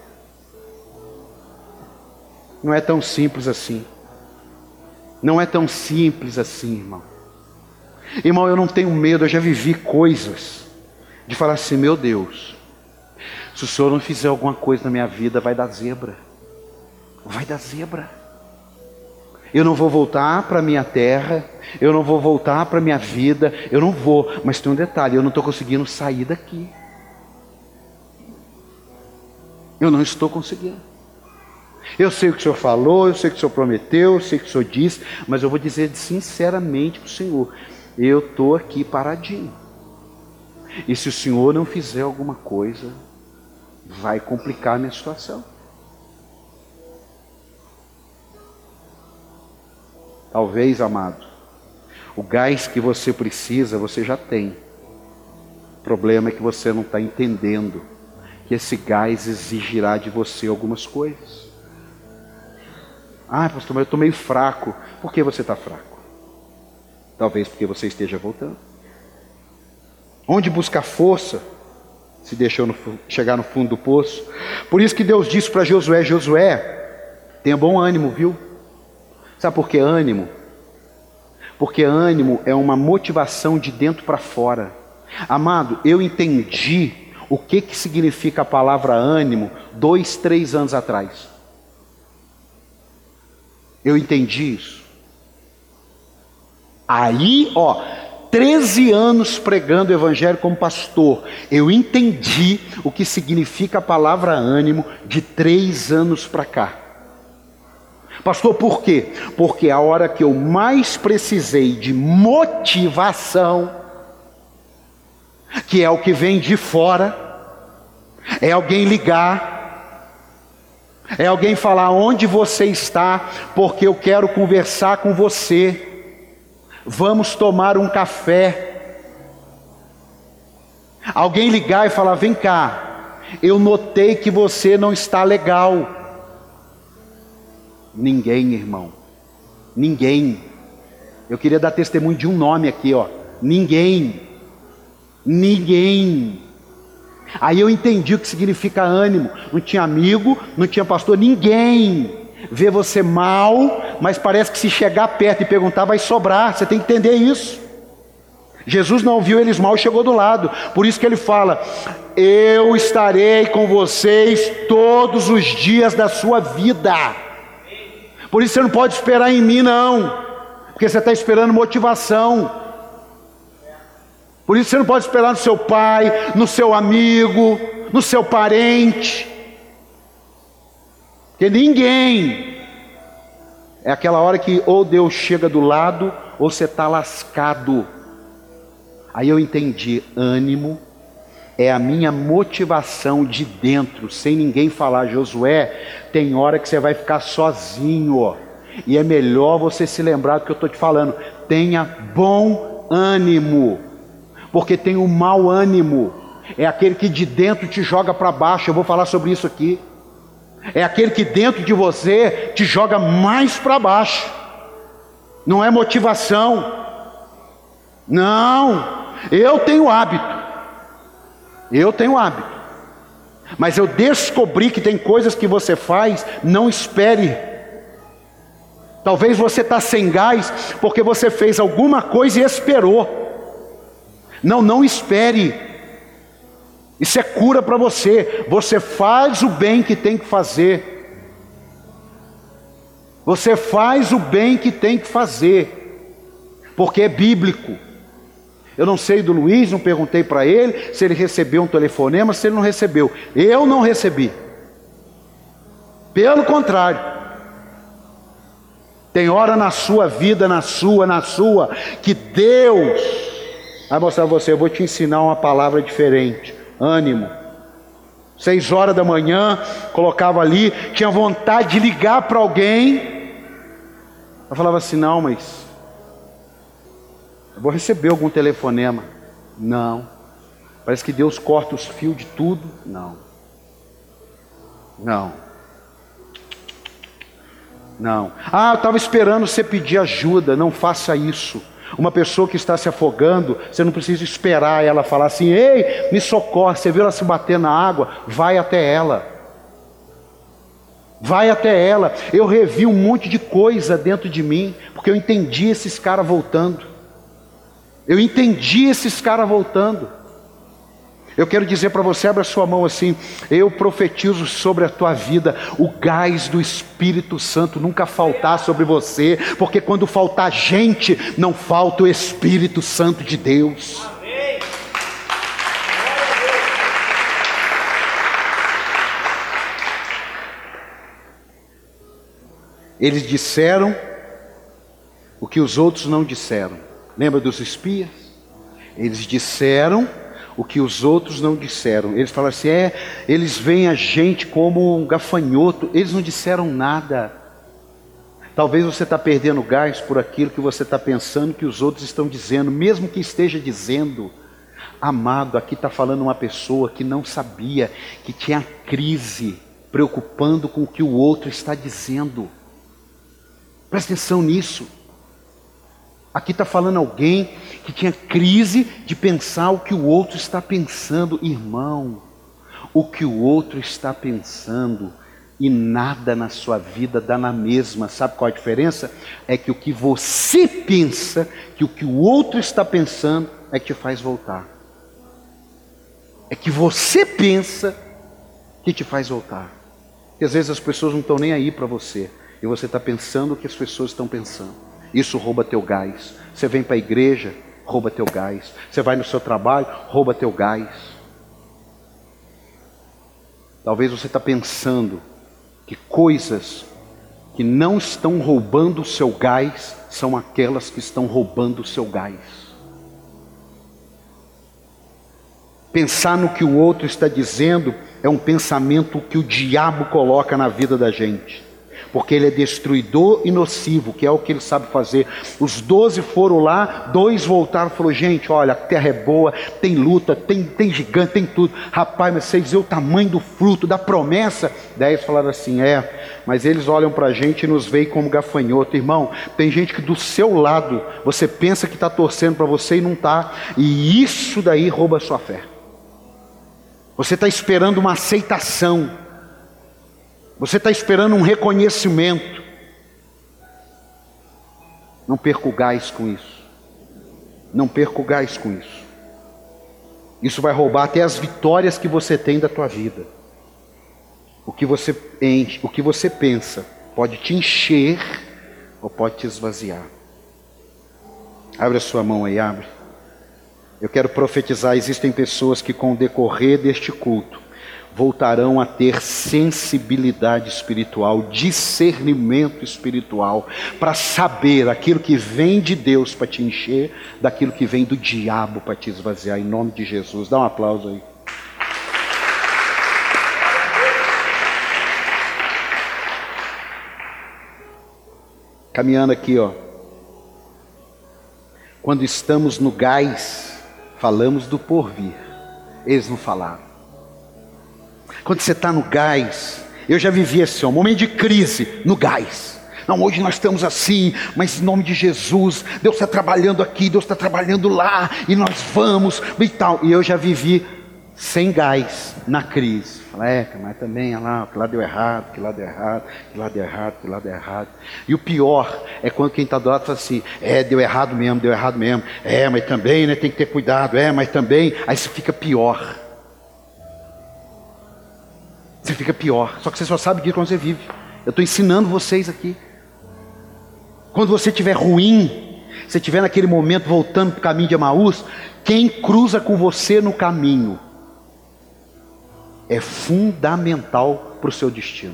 Não é tão simples assim. Não é tão simples assim, irmão. Irmão, eu não tenho medo, eu já vivi coisas de falar assim: meu Deus, se o Senhor não fizer alguma coisa na minha vida, vai dar zebra. Vai dar zebra. Eu não vou voltar para a minha terra, eu não vou voltar para a minha vida, eu não vou. Mas tem um detalhe, eu não estou conseguindo sair daqui. Eu não estou conseguindo. Eu sei o que o Senhor falou, eu sei o que o Senhor prometeu, eu sei o que o Senhor disse, mas eu vou dizer sinceramente para o Senhor: eu estou aqui paradinho. E se o Senhor não fizer alguma coisa, vai complicar a minha situação. Talvez, amado, o gás que você precisa, você já tem. O problema é que você não está entendendo que esse gás exigirá de você algumas coisas. Ah, pastor, mas eu estou meio fraco. Por que você está fraco? Talvez porque você esteja voltando. Onde buscar força, se deixou chegar no fundo do poço. Por isso que Deus disse para Josué: Josué, tenha bom ânimo, viu? Sabe por que ânimo? Porque ânimo é uma motivação de dentro para fora. Amado, eu entendi o que significa a palavra ânimo 2, 3 anos atrás. Eu entendi isso. Aí, 13 anos pregando o evangelho como pastor, eu entendi o que significa a palavra ânimo de 3 anos para cá. Pastor, por quê? Porque a hora que eu mais precisei de motivação, que é o que vem de fora, é alguém ligar, é alguém falar: onde você está, porque eu quero conversar com você, vamos tomar um café. Alguém ligar e falar: vem cá, eu notei que você não está legal. Ninguém, irmão, ninguém. Eu queria dar testemunho de um nome aqui, ninguém. Aí eu entendi o que significa ânimo. Não tinha amigo, não tinha pastor, ninguém vê você mal, mas parece que se chegar perto e perguntar, vai sobrar. Você tem que entender isso. Jesus não viu eles mal e chegou do lado. Por isso que ele fala: eu estarei com vocês todos os dias da sua vida. Por isso você não pode esperar em mim, não, porque você está esperando motivação. Por isso você não pode esperar no seu pai, no seu amigo, no seu parente, porque ninguém. É aquela hora que ou Deus chega do lado, ou você está lascado. Aí eu entendi: ânimo é a minha motivação de dentro, sem ninguém falar. Josué, tem hora que você vai ficar sozinho, e é melhor você se lembrar do que eu estou te falando. Tenha bom ânimo, porque tem o mau ânimo, é aquele que de dentro te joga para baixo. Eu vou falar sobre isso aqui. É aquele que dentro de você te joga mais para baixo. Não é motivação. Não, eu tenho hábito, mas eu descobri que tem coisas que você faz, não espere. Talvez você está sem gás, porque você fez alguma coisa e esperou. Não espere. Isso é cura para você. Você faz o bem que tem que fazer. Você faz o bem que tem que fazer, porque é bíblico. Eu não sei do Luiz, não perguntei para ele se ele recebeu um telefonema, se ele não recebeu. Eu não recebi. Pelo contrário. Tem hora na sua vida, na sua, que Deus Vai mostrar você, eu vou te ensinar uma palavra diferente. Ânimo. 6 horas da manhã, colocava ali, tinha vontade de ligar para alguém. Eu falava assim, não, mas eu vou receber algum telefonema. Não. Parece que Deus corta os fios de tudo. Não. Não. Não. Ah, eu estava esperando você pedir ajuda. Não faça isso. Uma pessoa que está se afogando, você não precisa esperar ela falar assim, ei, me socorre. Você viu ela se bater na água? Vai até ela. Vai até ela. Eu revi um monte de coisa dentro de mim, porque eu entendi esses caras voltando. Eu entendi esses caras voltando. Eu quero dizer para você, abra sua mão assim, eu profetizo sobre a tua vida, o gás do Espírito Santo nunca faltar sobre você, porque quando faltar gente, não falta o Espírito Santo de Deus. Eles disseram o que os outros não disseram. Lembra dos espias? Eles disseram o que os outros não disseram. Eles falaram assim, eles veem a gente como um gafanhoto. Eles não disseram nada. Talvez você está perdendo gás por aquilo que você está pensando que os outros estão dizendo, mesmo que esteja dizendo. Amado, aqui está falando uma pessoa que não sabia, que tinha crise, preocupando com o que o outro está dizendo. Presta atenção nisso. Aqui está falando alguém que tinha crise de pensar o que o outro está pensando. Irmão, o que o outro está pensando e nada na sua vida dá na mesma. Sabe qual é a diferença? É que o que você pensa, que o que o outro está pensando é que te faz voltar. É que você pensa que te faz voltar. Porque às vezes as pessoas não estão nem aí para você e você está pensando o que as pessoas estão pensando. Isso rouba teu gás. Você vem para a igreja, rouba teu gás. Você vai no seu trabalho, rouba teu gás. Talvez você está pensando que coisas que não estão roubando o seu gás são aquelas que estão roubando o seu gás. Pensar no que o outro está dizendo é um pensamento que o diabo coloca na vida da gente. Porque ele é destruidor e nocivo, que é o que ele sabe fazer. Os 12 foram lá, 2 voltaram e falaram, gente, olha, a terra é boa, tem luta, tem gigante, tem tudo. Rapaz, mas vocês viram o tamanho do fruto, da promessa? 10 falaram assim, mas eles olham para a gente e nos veem como gafanhoto. Irmão, tem gente que do seu lado, você pensa que está torcendo para você e não está. E isso daí rouba a sua fé. Você está esperando uma aceitação. Você está esperando um reconhecimento. Não perca o gás com isso. Não perca o gás com isso. Isso vai roubar até as vitórias que você tem da tua vida. O que você enche, o que você pensa, pode te encher ou pode te esvaziar. Abre a sua mão aí, abre. Eu quero profetizar, existem pessoas que com o decorrer deste culto voltarão a ter sensibilidade espiritual, discernimento espiritual, para saber aquilo que vem de Deus para te encher, daquilo que vem do diabo para te esvaziar, em nome de Jesus. Dá um aplauso aí. Caminhando aqui, ó. Quando estamos no gás, falamos do porvir. Eles não falaram. Quando você está no gás, eu já vivi assim, um momento de crise, no gás. Não, hoje nós estamos assim, mas em nome de Jesus, Deus está trabalhando aqui, Deus está trabalhando lá, e nós vamos, e tal. E eu já vivi sem gás, na crise. Falei, mas também, olha lá, que lá deu errado, que lá deu errado, que lá deu errado, que lá deu errado. E o pior é quando quem está do lado fala assim, deu errado mesmo, mas também, né, tem que ter cuidado, mas também, aí você fica pior. Você fica pior, só que você só sabe disso quando você vive. Eu estou ensinando vocês aqui. Quando você estiver ruim, você estiver naquele momento voltando para o caminho de Emaús, quem cruza com você no caminho é fundamental para o seu destino.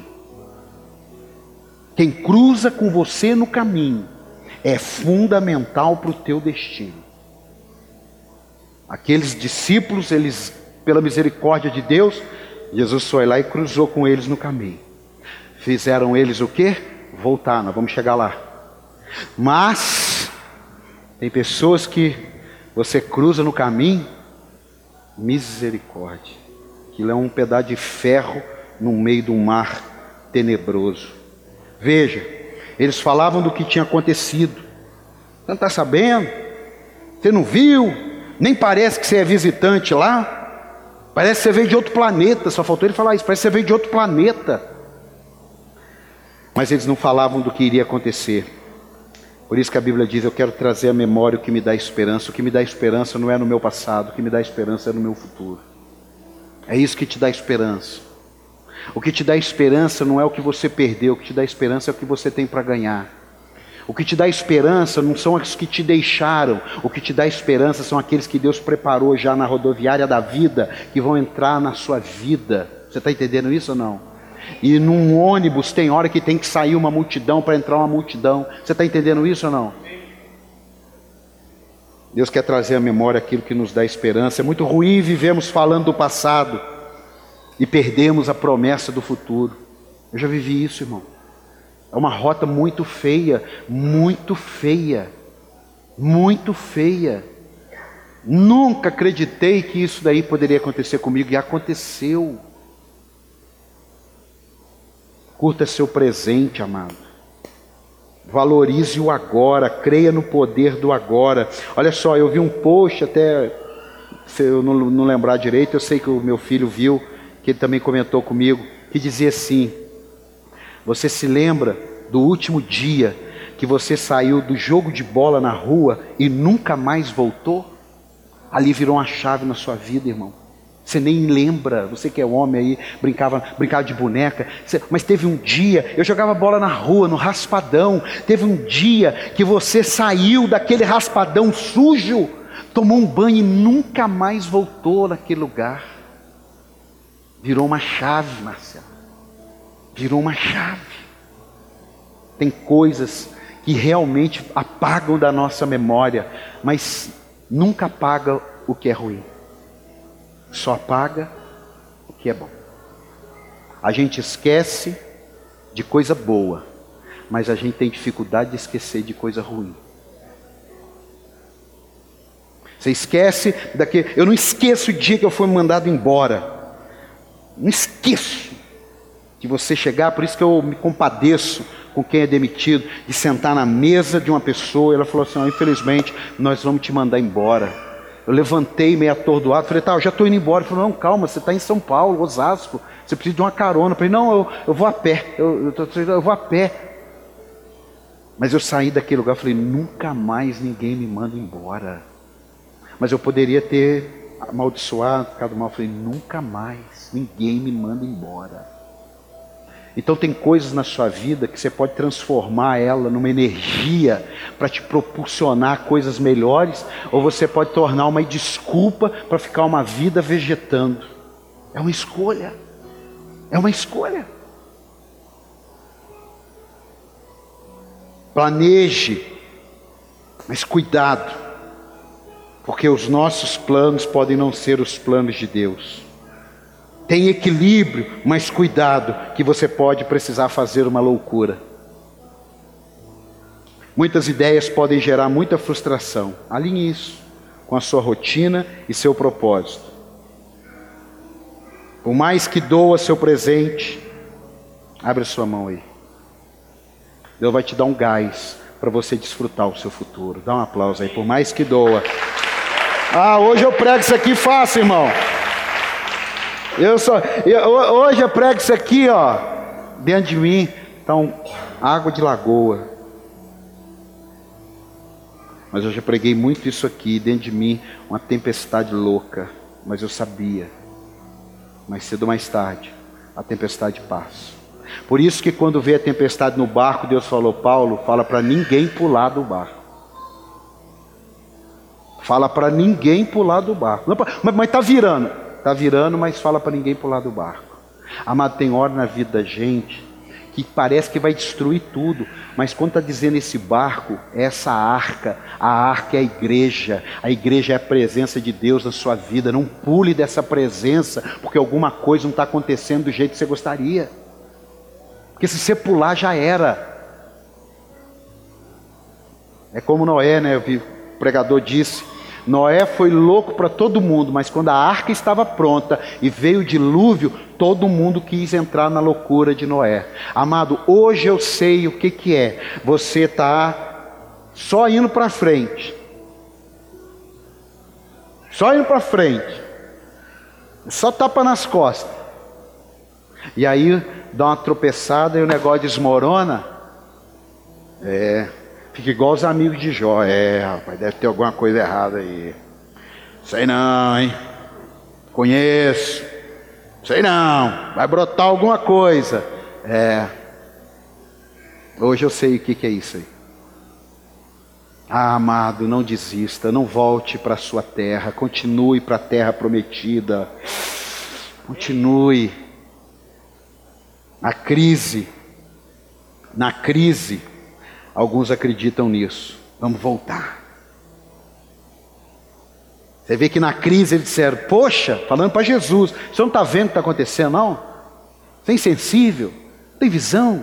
Quem cruza com você no caminho é fundamental para o teu destino. Aqueles discípulos, eles, pela misericórdia de Deus, Jesus foi lá e cruzou com eles no caminho. Fizeram eles o quê? Voltar, nós vamos chegar lá. Mas tem pessoas que você cruza no caminho, misericórdia. Aquilo é um pedaço de ferro no meio de um mar tenebroso. Veja, eles falavam do que tinha acontecido. Você não está sabendo? Você não viu? Nem parece que você é visitante lá. Parece que você veio de outro planeta. Só faltou ele falar isso. Parece que você veio de outro planeta. Mas eles não falavam do que iria acontecer. Por isso que a Bíblia diz: eu quero trazer à memória o que me dá esperança. O que me dá esperança não é no meu passado. O que me dá esperança é no meu futuro. É isso que te dá esperança. O que te dá esperança não é o que você perdeu. O que te dá esperança é o que você tem para ganhar. O que te dá esperança não são os que te deixaram. O que te dá esperança são aqueles que Deus preparou já na rodoviária da vida, que vão entrar na sua vida. Você está entendendo isso ou não? E num ônibus tem hora que tem que sair uma multidão para entrar uma multidão. Você está entendendo isso ou não? Deus quer trazer à memória aquilo que nos dá esperança. É muito ruim vivemos falando do passado e perdemos a promessa do futuro. Eu já vivi isso, irmão. É uma rota muito feia, muito feia, muito feia. Nunca acreditei que isso daí poderia acontecer comigo, e aconteceu. Curta seu presente, amado. Valorize o agora, creia no poder do agora. Olha só, eu vi um post, até se eu não lembrar direito, eu sei que o meu filho viu, que ele também comentou comigo, que dizia assim: você se lembra do último dia que você saiu do jogo de bola na rua e nunca mais voltou? Ali virou uma chave na sua vida, irmão. Você nem lembra, você que é homem aí, brincava de boneca, mas teve um dia, eu jogava bola na rua, no raspadão, teve um dia que você saiu daquele raspadão sujo, tomou um banho e nunca mais voltou naquele lugar. Virou uma chave, Marcelo, virou uma chave. Tem coisas que realmente apagam da nossa memória, mas nunca apaga o que é ruim. Só apaga o que é bom. A gente esquece de coisa boa, mas a gente tem dificuldade de esquecer de coisa ruim. Você esquece daquele... Eu não esqueço o dia que eu fui mandado embora. Não esqueço de você chegar, por isso que eu me compadeço com quem é demitido, de sentar na mesa de uma pessoa, e ela falou assim: infelizmente, nós vamos te mandar embora. Eu levantei meio atordoado, falei: tá, eu já estou indo embora. Ele falou: não, calma, você está em São Paulo, Osasco, você precisa de uma carona. Eu falei: não, eu vou a pé, eu vou a pé. Mas eu saí daquele lugar, falei: nunca mais ninguém me manda embora. Mas eu poderia ter amaldiçoado, ficado mal. Eu falei: nunca mais ninguém me manda embora. Então tem coisas na sua vida que você pode transformar ela numa energia para te propulsionar coisas melhores, ou você pode tornar uma desculpa para ficar uma vida vegetando. É uma escolha. É uma escolha. Planeje, mas cuidado, porque os nossos planos podem não ser os planos de Deus. Tem equilíbrio, mas cuidado, que você pode precisar fazer uma loucura. Muitas ideias podem gerar muita frustração. Alinhe isso com a sua rotina e seu propósito. Por mais que doa seu presente, abre a sua mão aí. Deus vai te dar um gás para você desfrutar o seu futuro. Dá um aplauso aí, por mais que doa. Hoje eu prego isso aqui fácil, irmão. Hoje eu prego isso aqui, ó. Dentro de mim está água de lagoa. Mas eu já preguei muito isso aqui. Dentro de mim uma tempestade louca. Mas eu sabia, mais cedo ou mais tarde, a tempestade passa. Por isso que quando veio a tempestade no barco, Deus falou: Paulo, fala para ninguém pular do barco. Fala para ninguém pular do barco. Mas está virando, mas fala para ninguém pular do barco. Amado, tem hora na vida da gente que parece que vai destruir tudo, mas quando está dizendo esse barco, é essa arca, a arca é a igreja é a presença de Deus na sua vida. Não pule dessa presença, porque alguma coisa não está acontecendo do jeito que você gostaria, porque se você pular já era. É como Noé, né? O pregador disse, Noé foi louco para todo mundo, mas quando a arca estava pronta e veio o dilúvio, todo mundo quis entrar na loucura de Noé. Amado, hoje eu sei o que é. Você está só indo para frente. Só indo para frente. Só tapa nas costas. E aí dá uma tropeçada e o negócio desmorona. Fica igual os amigos de Jó. Rapaz, deve ter alguma coisa errada aí. Sei não, hein? Conheço. Sei não. Vai brotar alguma coisa. Hoje eu sei o que é isso aí. Amado, não desista. Não volte para a sua terra. Continue para a terra prometida. Continue. Na crise. Alguns acreditam nisso. Vamos voltar. Você vê que na crise eles disseram, poxa, falando para Jesus, você não está vendo o que está acontecendo, não? Você é insensível, não tem visão.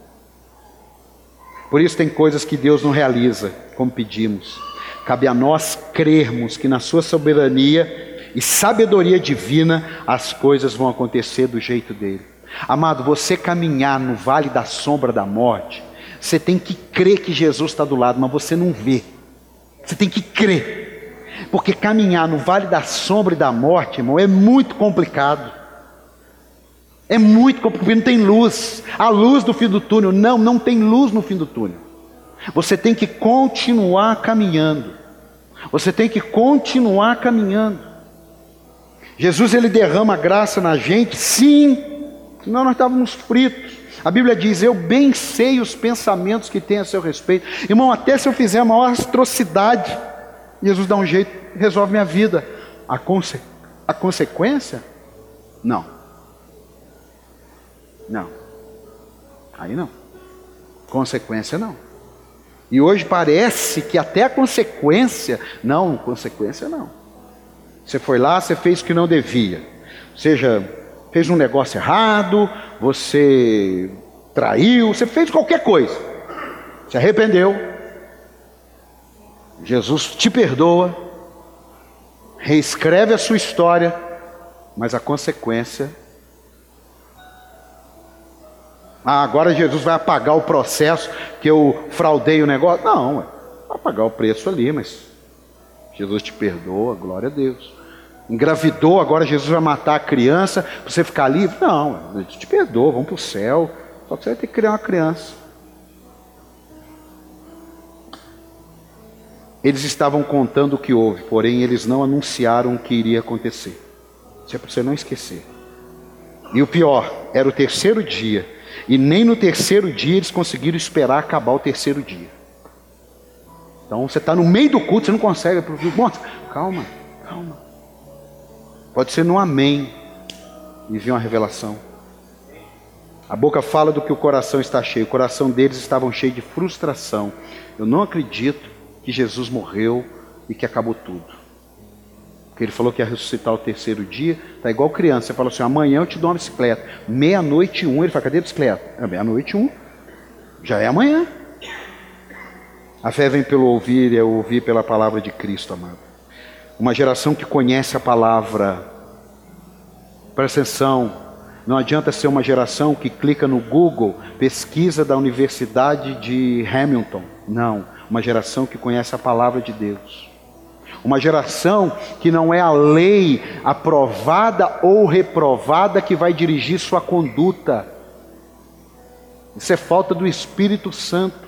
Por isso tem coisas que Deus não realiza, como pedimos. Cabe a nós crermos que na sua soberania e sabedoria divina, as coisas vão acontecer do jeito dele. Amado, você caminhar no vale da sombra da morte, você tem que crer que Jesus está do lado, mas você não vê. Você tem que crer. Porque caminhar no vale da sombra e da morte, irmão, é muito complicado. É muito complicado, porque não tem luz. A luz do fim do túnel, não tem luz no fim do túnel. Você tem que continuar caminhando. Você tem que continuar caminhando. Jesus, ele derrama graça na gente, sim, senão nós estávamos fritos. A Bíblia diz, eu bem sei os pensamentos que tem a seu respeito. Irmão, até se eu fizer a maior atrocidade, Jesus dá um jeito, resolve minha vida. A consequência? Não. Aí não. Consequência não. E hoje parece que até a consequência não. Você foi lá, você fez o que não devia. Ou seja, fez um negócio errado, você traiu, você fez qualquer coisa. Se arrependeu. Jesus te perdoa, reescreve a sua história, mas a consequência... agora Jesus vai apagar o processo que eu fraudei o negócio. Não, vai pagar o preço ali, mas Jesus te perdoa, glória a Deus. Engravidou, agora Jesus vai matar a criança para você ficar livre? Não, ele te perdoa, vamos para o céu. Só que você vai ter que criar uma criança. Eles estavam contando o que houve, porém eles não anunciaram o que iria acontecer. Isso é para você não esquecer. E o pior, era o terceiro dia. E nem no terceiro dia eles conseguiram esperar acabar o terceiro dia. Então você está no meio do culto, você não consegue. Calma. Pode ser no amém e vir uma revelação. A boca fala do que o coração está cheio. O coração deles estava cheio de frustração. Eu não acredito que Jesus morreu e que acabou tudo. Porque ele falou que ia ressuscitar o terceiro dia. Está igual criança. Você fala assim, amanhã eu te dou uma bicicleta. 12:01, ele fala, cadê a bicicleta? 12:01. Já é amanhã. A fé vem pelo ouvir e é ouvir pela palavra de Cristo, amado. Uma geração que conhece a palavra. Presta atenção. Não adianta ser uma geração que clica no Google, pesquisa da Universidade de Hamilton. Não. Uma geração que conhece a palavra de Deus. Uma geração que não é a lei aprovada ou reprovada que vai dirigir sua conduta. Isso é falta do Espírito Santo.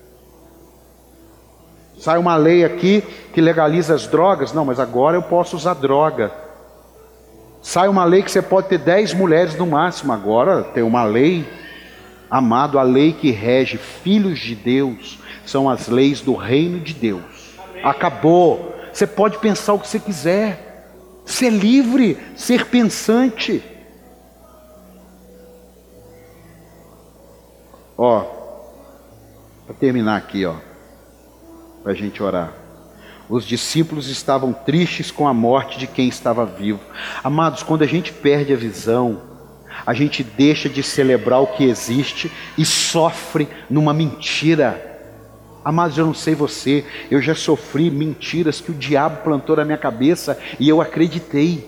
Sai uma lei aqui que legaliza as drogas. Não, mas agora eu posso usar droga. Sai uma lei que você pode ter 10 mulheres no máximo. Agora tem uma lei, amado, a lei que rege filhos de Deus. São as leis do reino de Deus. Acabou. Você pode pensar o que você quiser. Ser livre, ser pensante. Ó, para terminar aqui, ó, para a gente orar. Os discípulos estavam tristes com a morte de quem estava vivo. Amados, quando a gente perde a visão, a gente deixa de celebrar o que existe e sofre numa mentira. Amados, eu não sei você, eu já sofri mentiras que o diabo plantou na minha cabeça e eu acreditei.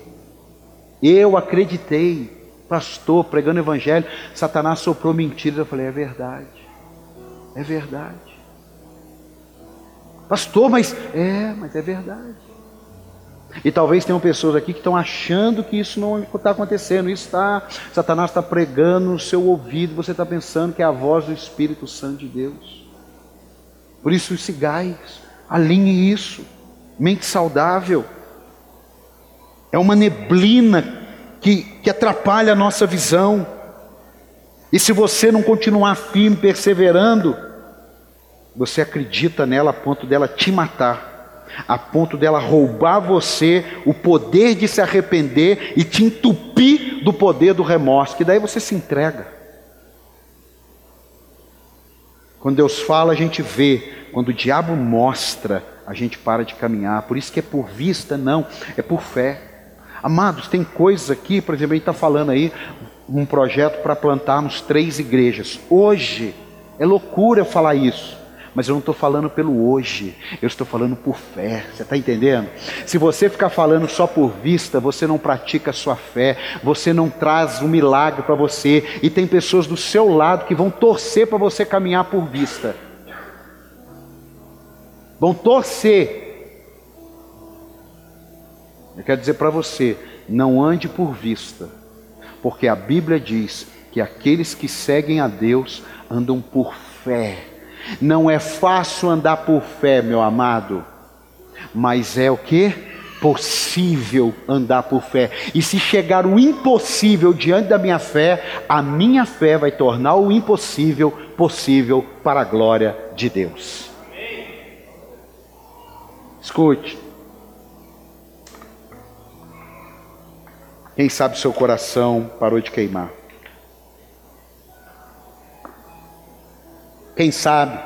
Pastor, pregando o evangelho, Satanás soprou mentiras. Eu falei, é verdade. Pastor, mas é verdade. E talvez tenham pessoas aqui que estão achando que isso não está acontecendo. Satanás está pregando no seu ouvido, você está pensando que é a voz do Espírito Santo de Deus. Por isso, esse gás, alinhe isso. Mente saudável. É uma neblina que atrapalha a nossa visão. E se você não continuar firme, perseverando, você acredita nela a ponto dela te matar, a ponto dela roubar você o poder de se arrepender e te entupir do poder do remorso, que daí você se entrega. Quando Deus fala, a gente vê. Quando o diabo mostra, a gente para de caminhar. Por isso que é por vista, não, é por fé. Amados, tem coisas aqui, por exemplo, a gente está falando aí um projeto para plantarmos 3 igrejas. Hoje, é loucura eu falar isso, mas eu não estou falando pelo hoje, eu estou falando por fé. Você está entendendo? Se você ficar falando só por vista, você não pratica a sua fé, você não traz um milagre para você, e tem pessoas do seu lado que vão torcer para você caminhar por vista. Vão torcer. Eu quero dizer para você, não ande por vista, porque a Bíblia diz que aqueles que seguem a Deus andam por fé. Não é fácil andar por fé, meu amado, mas é o que? Possível andar por fé. E se chegar o impossível diante da minha fé, a minha fé vai tornar o impossível possível para a glória de Deus. Escute. Quem sabe seu coração parou de queimar? Quem sabe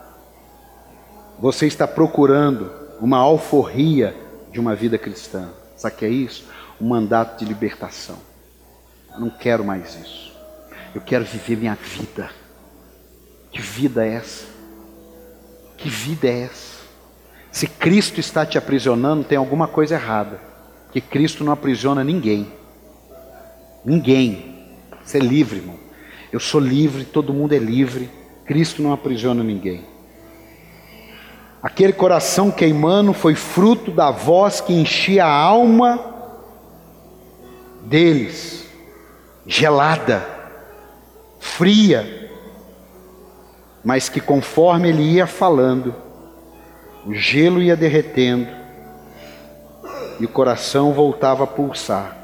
você está procurando uma alforria de uma vida cristã? Sabe o que é isso? Um mandato de libertação. Eu não quero mais isso. Eu quero viver minha vida. Que vida é essa? Que vida é essa? Se Cristo está te aprisionando, tem alguma coisa errada. Que Cristo não aprisiona ninguém. Ninguém. Você é livre, irmão. Eu sou livre, todo mundo é livre. Cristo não aprisiona ninguém. Aquele coração queimando foi fruto da voz que enchia a alma deles. Gelada, fria, mas que conforme ele ia falando, o gelo ia derretendo e o coração voltava a pulsar.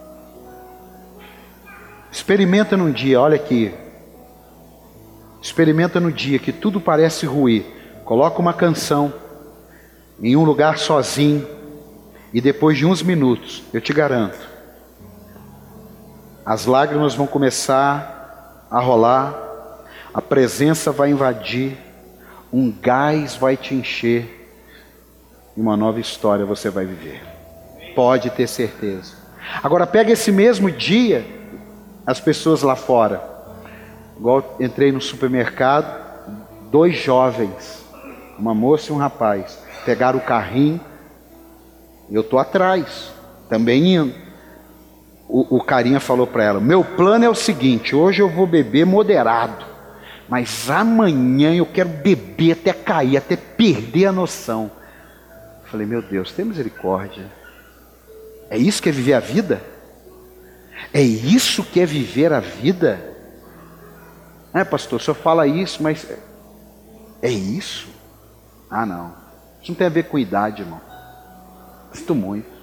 Experimenta num dia, olha aqui. Experimenta no dia que tudo parece ruir. Coloca uma canção em um lugar sozinho e depois de uns minutos, eu te garanto, as lágrimas vão começar a rolar, a presença vai invadir, um gás vai te encher e uma nova história você vai viver. Pode ter certeza. Agora pega esse mesmo dia, as pessoas lá fora, igual entrei no supermercado, 2 jovens, uma moça e um rapaz, pegaram o carrinho, eu estou atrás, também indo. O carinha falou para ela, meu plano é o seguinte, hoje eu vou beber moderado, mas amanhã eu quero beber até cair, até perder a noção. Eu falei, meu Deus, tem misericórdia. É isso que é viver a vida? É isso que é viver a vida? Pastor, o senhor fala isso, mas é isso? Ah, não. Isso não tem a ver com idade, irmão. Sinto muito.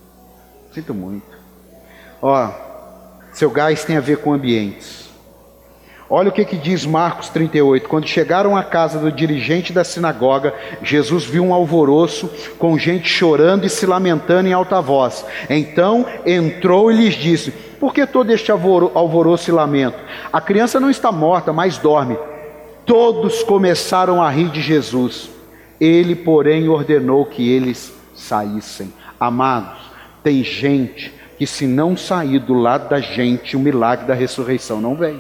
Seu gás tem a ver com ambientes. Olha o que diz Marcos 38. Quando chegaram à casa do dirigente da sinagoga, Jesus viu um alvoroço, com gente chorando e se lamentando em alta voz. Então entrou e lhes disse, por que todo este alvoroço e lamento? A criança não está morta, mas dorme. Todos começaram a rir de Jesus. Ele, porém, ordenou que eles saíssem. Amados, tem gente que se não sair do lado da gente, o milagre da ressurreição não vem.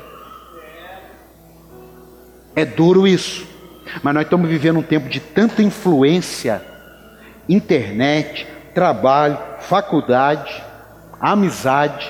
É duro isso, mas nós estamos vivendo um tempo de tanta influência, internet, trabalho, faculdade, amizade,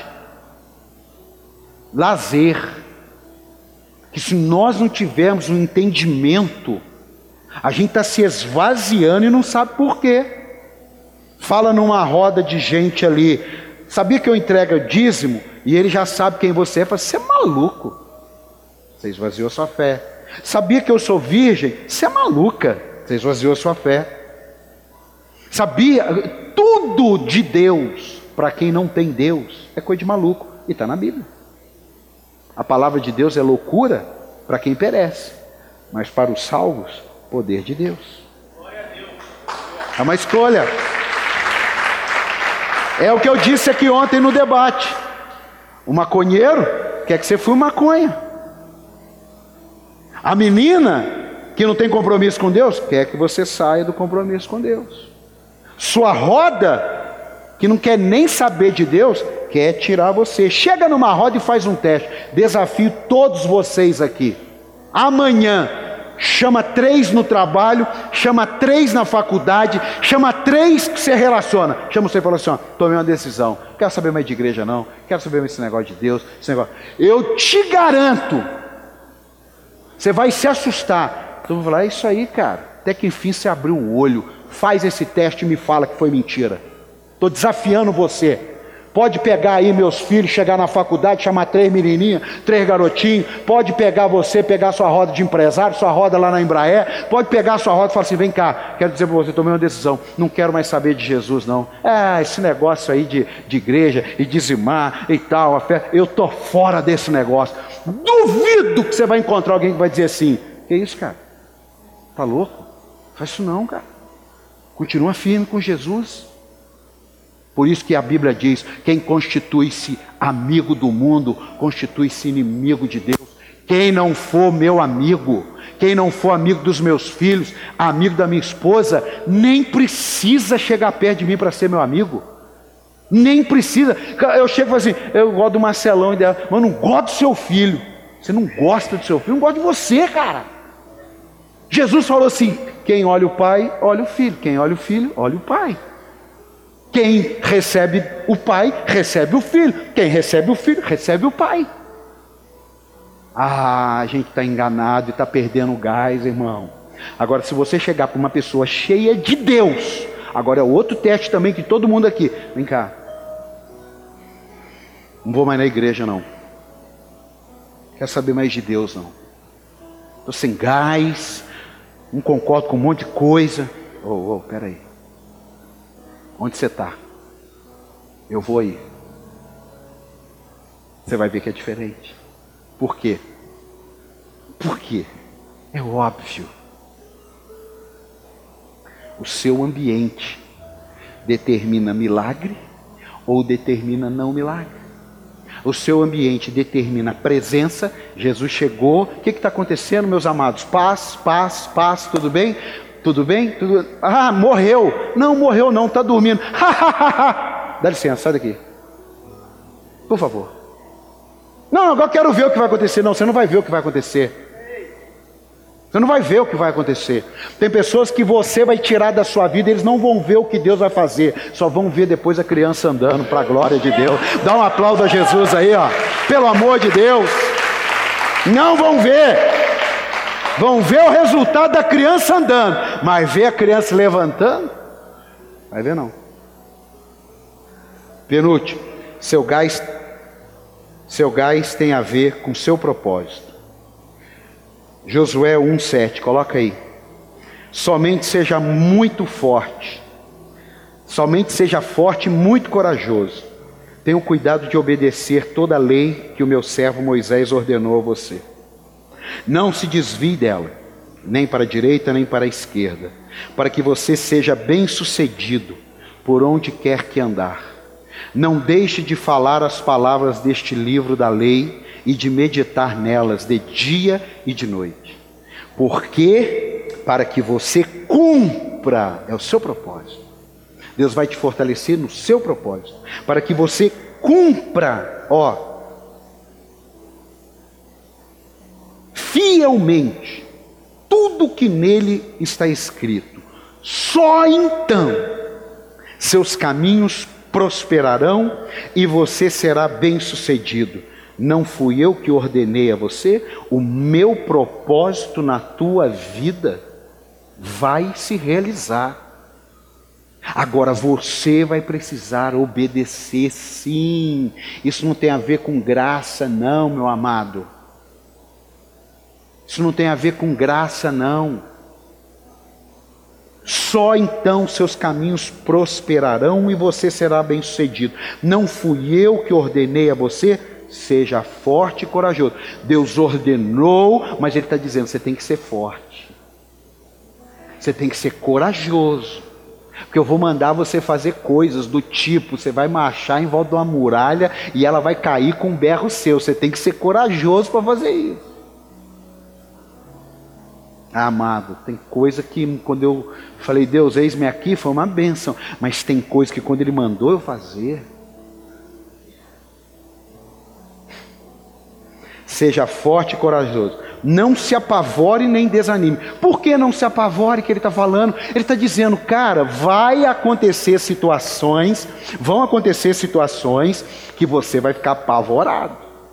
lazer, que se nós não tivermos um entendimento, a gente está se esvaziando e não sabe por quê. Fala numa roda de gente ali, sabia que eu entrego dízimo? E ele já sabe quem você é. Fala, você é maluco, você esvaziou sua fé. Sabia que eu sou virgem? Você é maluca, você esvaziou sua fé. Sabia? Tudo de Deus, para quem não tem Deus, é coisa de maluco. E está na Bíblia. A palavra de Deus é loucura para quem perece, mas para os salvos, poder de Deus. É uma escolha. É o que eu disse aqui ontem no debate. O maconheiro quer que você fume maconha. A menina que não tem compromisso com Deus quer que você saia do compromisso com Deus. Sua roda que não quer nem saber de Deus quer tirar você. Chega numa roda e faz um teste. Desafio todos vocês aqui. Amanhã chama 3 no trabalho, chama 3 na faculdade, chama 3 que você relaciona. Chama você e fala assim, ó, tomei uma decisão. Quero saber mais de igreja não, quero saber mais desse negócio de Deus, esse negócio. Eu te garanto, você vai se assustar. Então eu vou falar, é isso aí, cara. Até que enfim você abriu o olho, faz esse teste e me fala que foi mentira. Estou desafiando você. Pode pegar aí meus filhos, chegar na faculdade, chamar 3 menininhas, 3 garotinhos. Pode pegar você, pegar sua roda de empresário, sua roda lá na Embraer. Pode pegar sua roda e falar assim, vem cá, quero dizer para você, tomei uma decisão. Não quero mais saber de Jesus não. Esse negócio aí de igreja e dizimar e tal, a fé, eu estou fora desse negócio. Duvido que você vai encontrar alguém que vai dizer assim, que isso, cara? Tá louco? Faz isso não, cara. Continua firme com Jesus. Por isso que a Bíblia diz, quem constitui-se amigo do mundo, constitui-se inimigo de Deus. Quem não for meu amigo, quem não for amigo dos meus filhos, amigo da minha esposa, nem precisa chegar perto de mim para ser meu amigo. Nem precisa. Eu chego e falo assim, eu gosto do Marcelão, mas eu não gosto do seu filho. Você não gosta do seu filho, eu não gosto de você, cara. Jesus falou assim, quem olha o pai, olha o filho. Quem olha o filho, olha o pai. Quem recebe o pai, recebe o filho. Quem recebe o filho, recebe o pai. A gente está enganado e está perdendo o gás, irmão. Agora, se você chegar para uma pessoa cheia de Deus, agora é outro teste também que todo mundo aqui, vem cá, não vou mais na igreja não, quero saber mais de Deus não, estou sem gás, não concordo com um monte de coisa. Peraí, onde você está? Eu vou aí. Você vai ver que é diferente. Por quê? Por quê? É óbvio. O seu ambiente determina milagre ou determina não milagre. O seu ambiente determina presença. Jesus chegou. O que está acontecendo, meus amados? Paz, paz, paz, tudo bem? Tudo bem? Morreu. Não, morreu não, está dormindo. Dá licença, sai daqui. Por favor. Não, agora quero ver o que vai acontecer. Não, você não vai ver o que vai acontecer. Você não vai ver o que vai acontecer. Tem pessoas que você vai tirar da sua vida, eles não vão ver o que Deus vai fazer. Só vão ver depois a criança andando, para a glória de Deus. Dá um aplauso a Jesus aí, ó. Pelo amor de Deus. Não vão ver. Vão ver o resultado da criança andando. Mas ver a criança levantando? Vai ver não. Penúltimo. Seu gás tem a ver com seu propósito. Josué 1,7, coloca aí. Somente seja muito forte. Somente seja forte e muito corajoso. Tenha o cuidado de obedecer toda a lei que o meu servo Moisés ordenou a você. Não se desvie dela, nem para a direita, nem para a esquerda, para que você seja bem-sucedido por onde quer que andar. Não deixe de falar as palavras deste livro da lei e de meditar nelas de dia e de noite. Porque, para que você cumpra, é o seu propósito. Deus vai te fortalecer no seu propósito. Para que você cumpra, fielmente, tudo que nele está escrito. Só então seus caminhos prosperarão e você será bem-sucedido. Não fui eu que ordenei a você? O meu propósito na tua vida vai se realizar. Agora você vai precisar obedecer, sim. Isso não tem a ver com graça, não, meu amado. Isso não tem a ver com graça, não. Só então seus caminhos prosperarão e você será bem-sucedido. Não fui eu que ordenei a você? Seja forte e corajoso. Deus ordenou, mas Ele está dizendo, você tem que ser forte. Você tem que ser corajoso. Porque eu vou mandar você fazer coisas do tipo, você vai marchar em volta de uma muralha e ela vai cair com um berro seu. Você tem que ser corajoso para fazer isso. Amado, tem coisa que quando eu falei, Deus, eis-me aqui, foi uma bênção. Mas tem coisa que quando Ele mandou eu fazer. Seja forte e corajoso. Não se apavore nem desanime. Por que não se apavore que Ele está falando? Ele está dizendo, cara, vão acontecer situações que você vai ficar apavorado.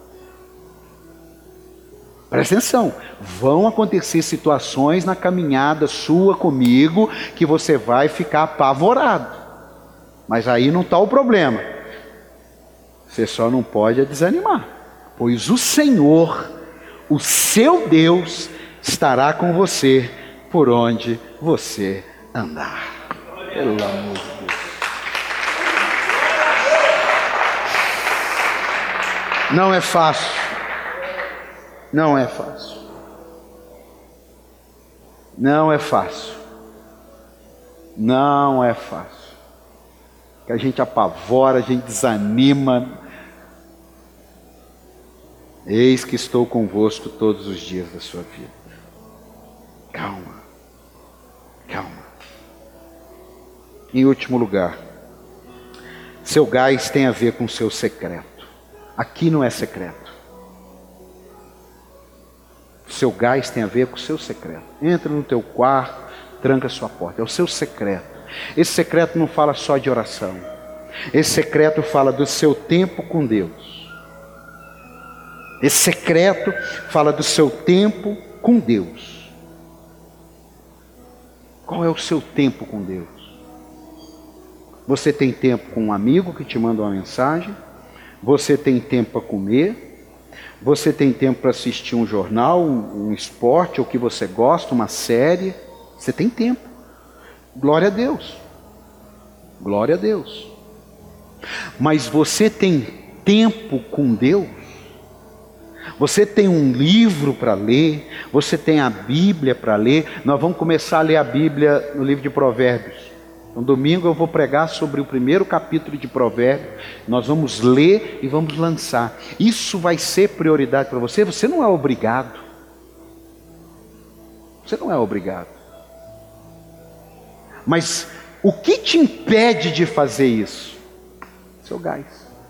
Presta atenção, vão acontecer situações na caminhada sua comigo que você vai ficar apavorado. Mas aí não está o problema. Você só não pode desanimar, pois o Senhor, o seu Deus, estará com você por onde você andar. Pelo amor de Deus. Não é fácil. Não é fácil. Não é fácil. Não é fácil. Que a gente apavora, a gente desanima. Eis que estou convosco todos os dias da sua vida. Calma. Calma. Em último lugar, seu gás tem a ver com o seu secreto. Aqui não é secreto. Seu gás tem a ver com o seu secreto. Entra no teu quarto, tranca a sua porta. É o seu secreto. Esse secreto não fala só de oração. Esse secreto fala do seu tempo com Deus. Esse secreto fala do seu tempo com Deus. Qual é o seu tempo com Deus? Você tem tempo com um amigo que te manda uma mensagem? Você tem tempo para comer? Você tem tempo para assistir um jornal, um esporte, ou que você gosta, uma série? Você tem tempo. Glória a Deus. Glória a Deus. Mas você tem tempo com Deus? Você tem um livro para ler? Você tem a Bíblia para ler? Nós vamos começar a ler a Bíblia no livro de Provérbios. No domingo eu vou pregar sobre o primeiro capítulo de Provérbios. Nós vamos ler e vamos lançar. Isso vai ser prioridade para você. Você não é obrigado. Você não é obrigado. Mas o que te impede de fazer isso? Seu gás.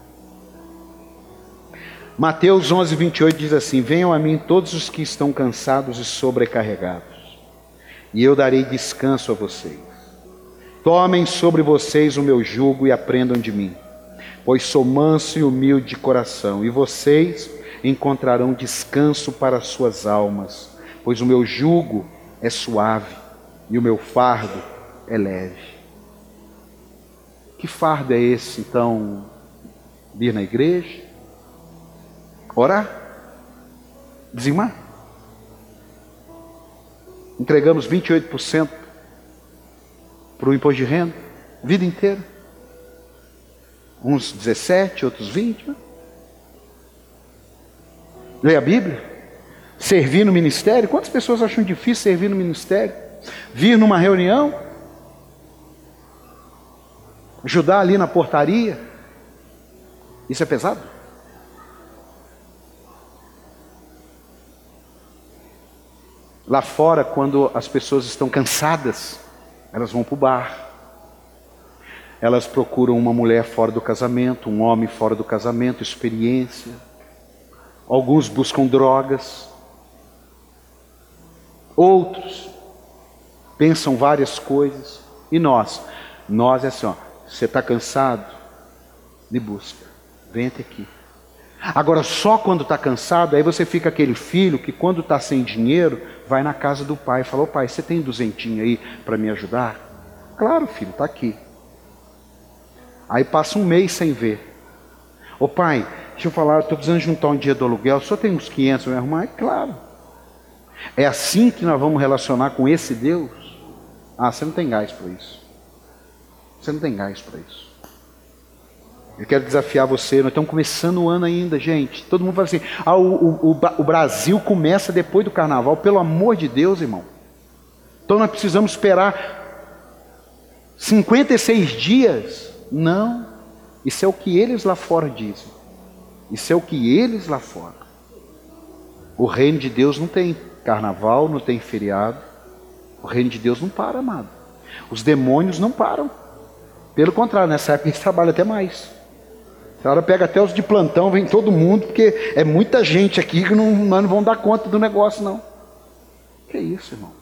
Mateus 11, 28 diz assim: venham a mim todos os que estão cansados e sobrecarregados, e eu darei descanso a vocês. Tomem sobre vocês o meu jugo e aprendam de mim, pois sou manso e humilde de coração, e vocês encontrarão descanso para as suas almas, pois o meu jugo é suave e o meu fardo é leve. Que fardo é esse, então? Vir na igreja? Orar? Dizimar? Entregamos 28% para o imposto de renda, a vida inteira. Uns 17, outros 20. Né? Ler a Bíblia? Servir no ministério? Quantas pessoas acham difícil servir no ministério? Vir numa reunião? Ajudar ali na portaria? Isso é pesado? Lá fora, quando as pessoas estão cansadas, elas vão para o bar. Elas procuram uma mulher fora do casamento, um homem fora do casamento, experiência. Alguns buscam drogas. Outros pensam várias coisas. E nós é assim, ó, você está cansado? Me busca, vem até aqui. Agora, só quando está cansado, aí você fica aquele filho que quando está sem dinheiro, vai na casa do pai e fala, ô pai, você tem 200 aí para me ajudar? Claro, filho, está aqui. Aí passa um mês sem ver. Ô pai, deixa eu falar, eu estou precisando juntar um dia do aluguel, só tem uns 500 para me arrumar? É claro. É assim que nós vamos relacionar com esse Deus? Ah, você não tem gás para isso. Você não tem gás para isso. Eu quero desafiar você, nós estamos começando o ano ainda, gente. Todo mundo fala assim, o Brasil começa depois do carnaval, pelo amor de Deus, irmão. Então nós precisamos esperar 56 dias? Não. Isso é o que eles lá fora dizem. Isso é o que eles lá fora. O reino de Deus não tem carnaval, não tem feriado. O reino de Deus não para, amado. Os demônios não param. Pelo contrário, nessa época eles trabalham até mais. A hora pega até os de plantão, vem todo mundo, porque é muita gente aqui que nós não vão dar conta do negócio, não. Que isso, irmão?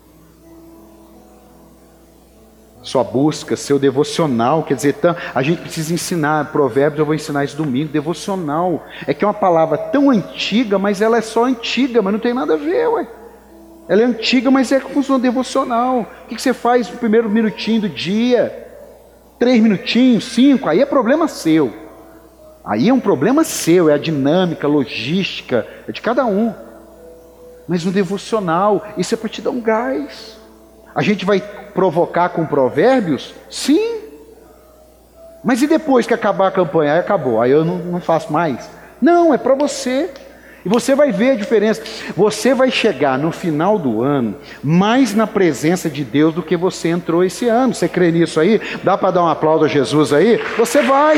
Sua busca, seu devocional, quer dizer, a gente precisa ensinar, Provérbios eu vou ensinar isso domingo, devocional. É que é uma palavra tão antiga, mas ela é só antiga, mas não tem nada a ver, ué. Ela é antiga, mas é função devocional. O que você faz no primeiro minutinho do dia? 3 minutinhos, 5, aí é problema seu. Aí é um problema seu, é a dinâmica, a logística, é de cada um. Mas no devocional, isso é para te dar um gás. A gente vai provocar com provérbios? Sim. Mas e depois que acabar a campanha? Aí acabou, aí eu não faço mais. Não, é para você. E você vai ver a diferença. Você vai chegar no final do ano mais na presença de Deus do que você entrou esse ano. Você crê nisso aí? Dá para dar um aplauso a Jesus aí? Você vai.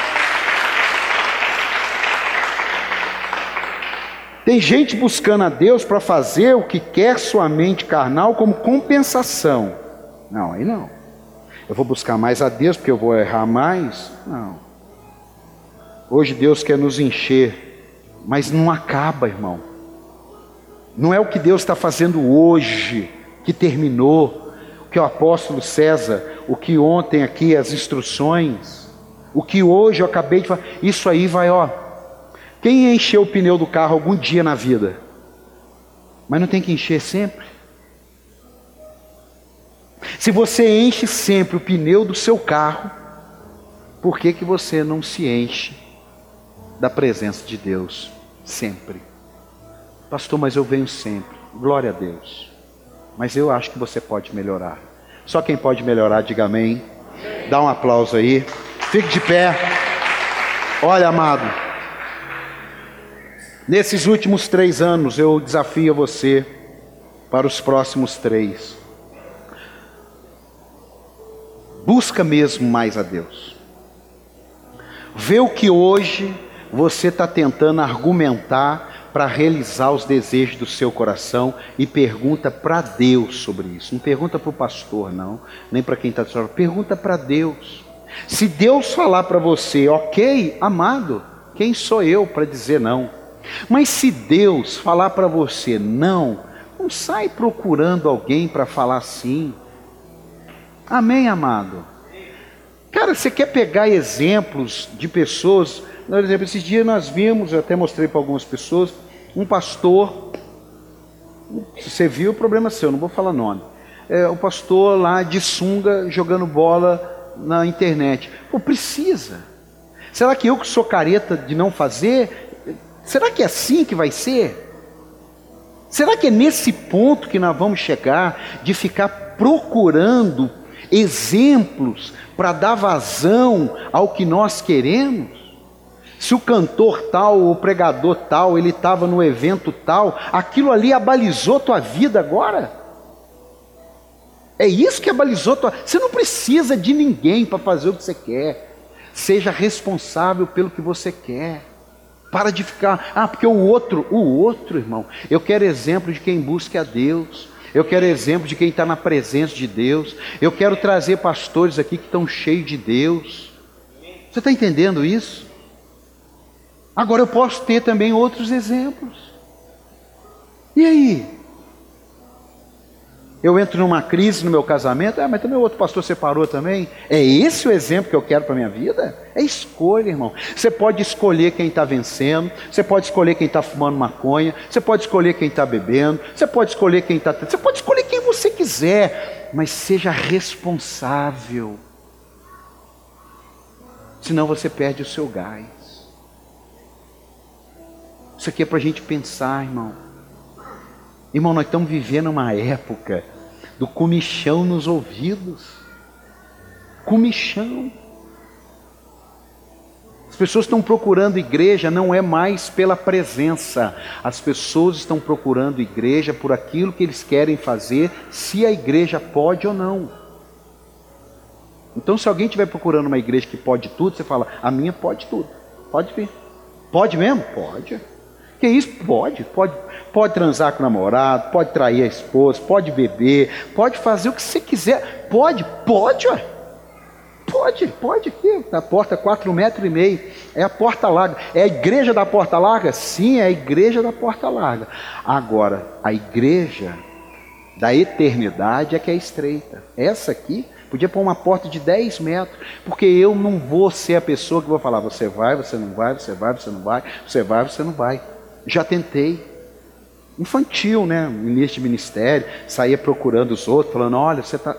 Tem gente buscando a Deus para fazer o que quer sua mente carnal como compensação. Não, aí não. Eu vou buscar mais a Deus porque eu vou errar mais? Não. Hoje Deus quer nos encher, mas não acaba, irmão. Não é o que Deus está fazendo hoje que terminou. O que o apóstolo César, o que ontem aqui as instruções, o que hoje eu acabei de falar, isso aí vai, ó. Quem encheu o pneu do carro algum dia na vida? Mas não tem que encher sempre? Se você enche sempre o pneu do seu carro, por que você não se enche da presença de Deus sempre? Pastor, mas eu venho sempre. Glória a Deus. Mas eu acho que você pode melhorar. Só quem pode melhorar, diga amém. Dá um aplauso aí. Fique de pé. Olha, amado. Nesses últimos 3 anos, eu desafio você para os próximos 3. Busca mesmo mais a Deus. Vê o que hoje você está tentando argumentar para realizar os desejos do seu coração e pergunta para Deus sobre isso. Não pergunta para o pastor, não, nem para quem está do seu lado. Pergunta para Deus. Se Deus falar para você, ok, amado, quem sou eu para dizer não? Mas se Deus falar para você não sai procurando alguém para falar sim. Amém, amado? Cara, você quer pegar exemplos de pessoas? Por exemplo, esses dias nós vimos, eu até mostrei para algumas pessoas, um pastor, se você viu, o problema é seu, não vou falar nome. O pastor lá de sunga jogando bola na internet. Pô, precisa. Será que eu que sou careta de não fazer? Será que é assim que vai ser? Será que é nesse ponto que nós vamos chegar, de ficar procurando exemplos para dar vazão ao que nós queremos? Se o cantor tal, o pregador tal, ele estava no evento tal, aquilo ali abalizou tua vida agora? É isso que abalizou tua... Você não precisa de ninguém para fazer o que você quer. Seja responsável pelo que você quer. Para de ficar, porque o outro, irmão, eu quero exemplo de quem busca a Deus. Eu quero exemplo de quem está na presença de Deus. Eu quero trazer pastores aqui que estão cheios de Deus. Você está entendendo isso? Agora eu posso ter também outros exemplos. E aí? Eu entro numa crise no meu casamento, mas também o outro pastor separou também. É esse o exemplo que eu quero para a minha vida? É escolha, irmão. Você pode escolher quem está vencendo, você pode escolher quem está fumando maconha, você pode escolher quem está bebendo, você pode escolher quem está... Você pode escolher quem você quiser, mas seja responsável. Senão você perde o seu gás. Isso aqui é para a gente pensar, irmão. Irmão, nós estamos vivendo uma época do comichão nos ouvidos. Comichão. As pessoas estão procurando igreja, não é mais pela presença. As pessoas estão procurando igreja por aquilo que eles querem fazer, se a igreja pode ou não. Então, se alguém estiver procurando uma igreja que pode tudo, você fala, a minha pode tudo. Pode vir. Pode mesmo? Pode. Que isso? Pode. Pode transar com o namorado, pode trair a esposa, pode beber, pode fazer o que você quiser. Pode, ué. Pode aqui. A porta 4,5 metros. É a porta larga. É a igreja da porta larga? Sim, é a igreja da porta larga. Agora, a igreja da eternidade é que é estreita. Essa aqui podia pôr uma porta de 10 metros, porque eu não vou ser a pessoa que vou falar, você vai, você não vai, você vai, você não vai, você vai, você não vai. Já tentei. Infantil, né? Início de ministério, saía procurando os outros, falando, olha, você está...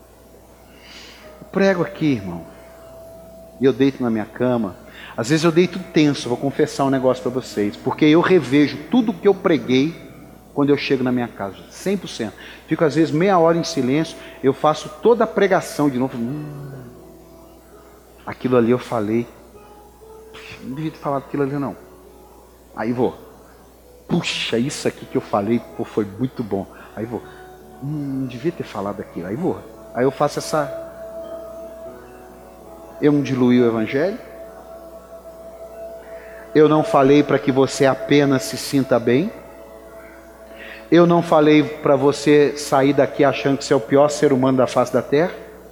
Eu prego aqui, irmão, e eu deito na minha cama. Às vezes eu deito tenso, vou confessar um negócio para vocês, porque eu revejo tudo que eu preguei quando eu chego na minha casa, 100%. Fico às vezes meia hora em silêncio, eu faço toda a pregação de novo. Aquilo ali eu falei, não devia ter falado aquilo ali não. Aí vou. Puxa, isso aqui que eu falei, pô, foi muito bom. Aí vou. Não devia ter falado aquilo. Aí vou. Aí eu faço essa... Eu não diluí o evangelho. Eu não falei para que você apenas se sinta bem. Eu não falei para você sair daqui achando que você é o pior ser humano da face da terra.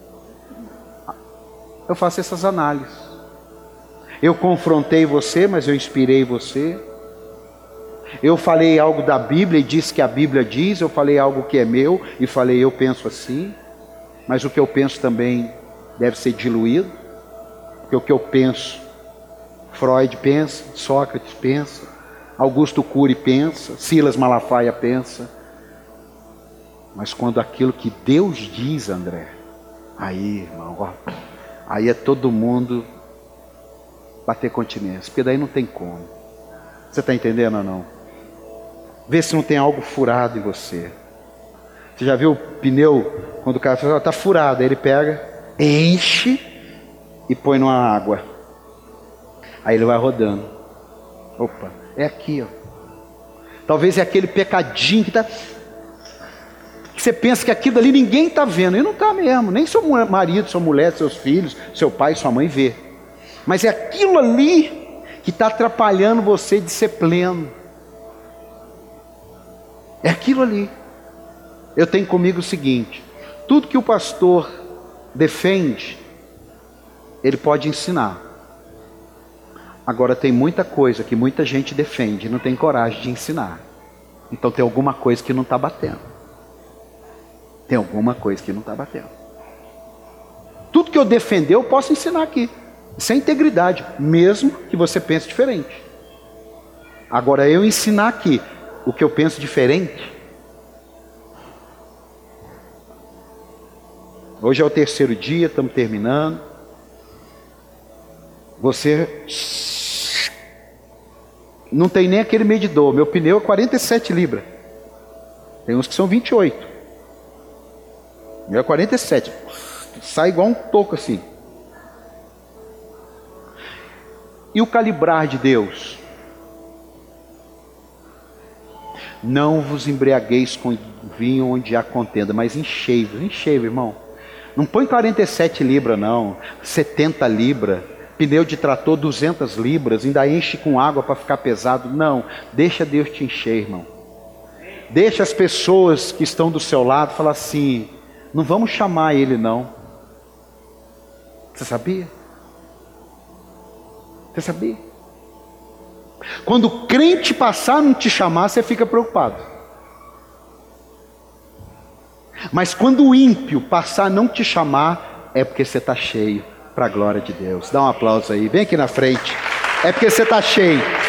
Eu faço essas análises. Eu confrontei você, mas eu inspirei você. Eu falei algo da Bíblia e disse que a Bíblia diz. Eu falei algo que é meu e falei eu penso assim. Mas o que eu penso também deve ser diluído. Porque o que eu penso, Freud pensa, Sócrates pensa, Augusto Cury pensa, Silas Malafaia pensa. Mas quando aquilo que Deus diz, André, aí, irmão, ó, aí é todo mundo bater continência. Porque daí não tem como. Você está entendendo ou não? Vê se não tem algo furado em você. Você já viu o pneu, quando o cara fala, está furado, aí ele pega, enche e põe numa água. Aí ele vai rodando. Opa, é aqui, ó. Talvez é aquele pecadinho que está... que você pensa que aquilo ali ninguém está vendo. E não está mesmo, nem seu marido, sua mulher, seus filhos, seu pai, sua mãe vê. Mas é aquilo ali que está atrapalhando você de ser pleno. É aquilo ali. Eu tenho comigo o seguinte: tudo que o pastor defende, ele pode ensinar. Agora tem muita coisa que muita gente defende e não tem coragem de ensinar. Então tem alguma coisa que não está batendo. Tem alguma coisa que não está batendo. Tudo que eu defender eu posso ensinar aqui. Isso é integridade, mesmo que você pense diferente. Agora eu ensinar aqui o que eu penso diferente. Hoje é o 3º dia, estamos terminando. Você não tem nem aquele medidor. Meu pneu é 47 libras. Tem uns que são 28. Meu é 47. Sai igual um toco assim. E o calibrar de Deus? Não vos embriagueis com vinho onde há contenda, mas enchei-vos, irmão. Não põe 47 libras não, 70 libras, pneu de trator 200 libras, ainda enche com água para ficar pesado. Não, deixa Deus te encher, irmão. Deixa as pessoas que estão do seu lado falar assim: não vamos chamar ele não. Você sabia? Você sabia? Quando o crente passar a não te chamar, você fica preocupado. Mas quando o ímpio passar a não te chamar, é porque você está cheio para a glória de Deus. Dá um aplauso aí, vem aqui na frente. É porque você está cheio.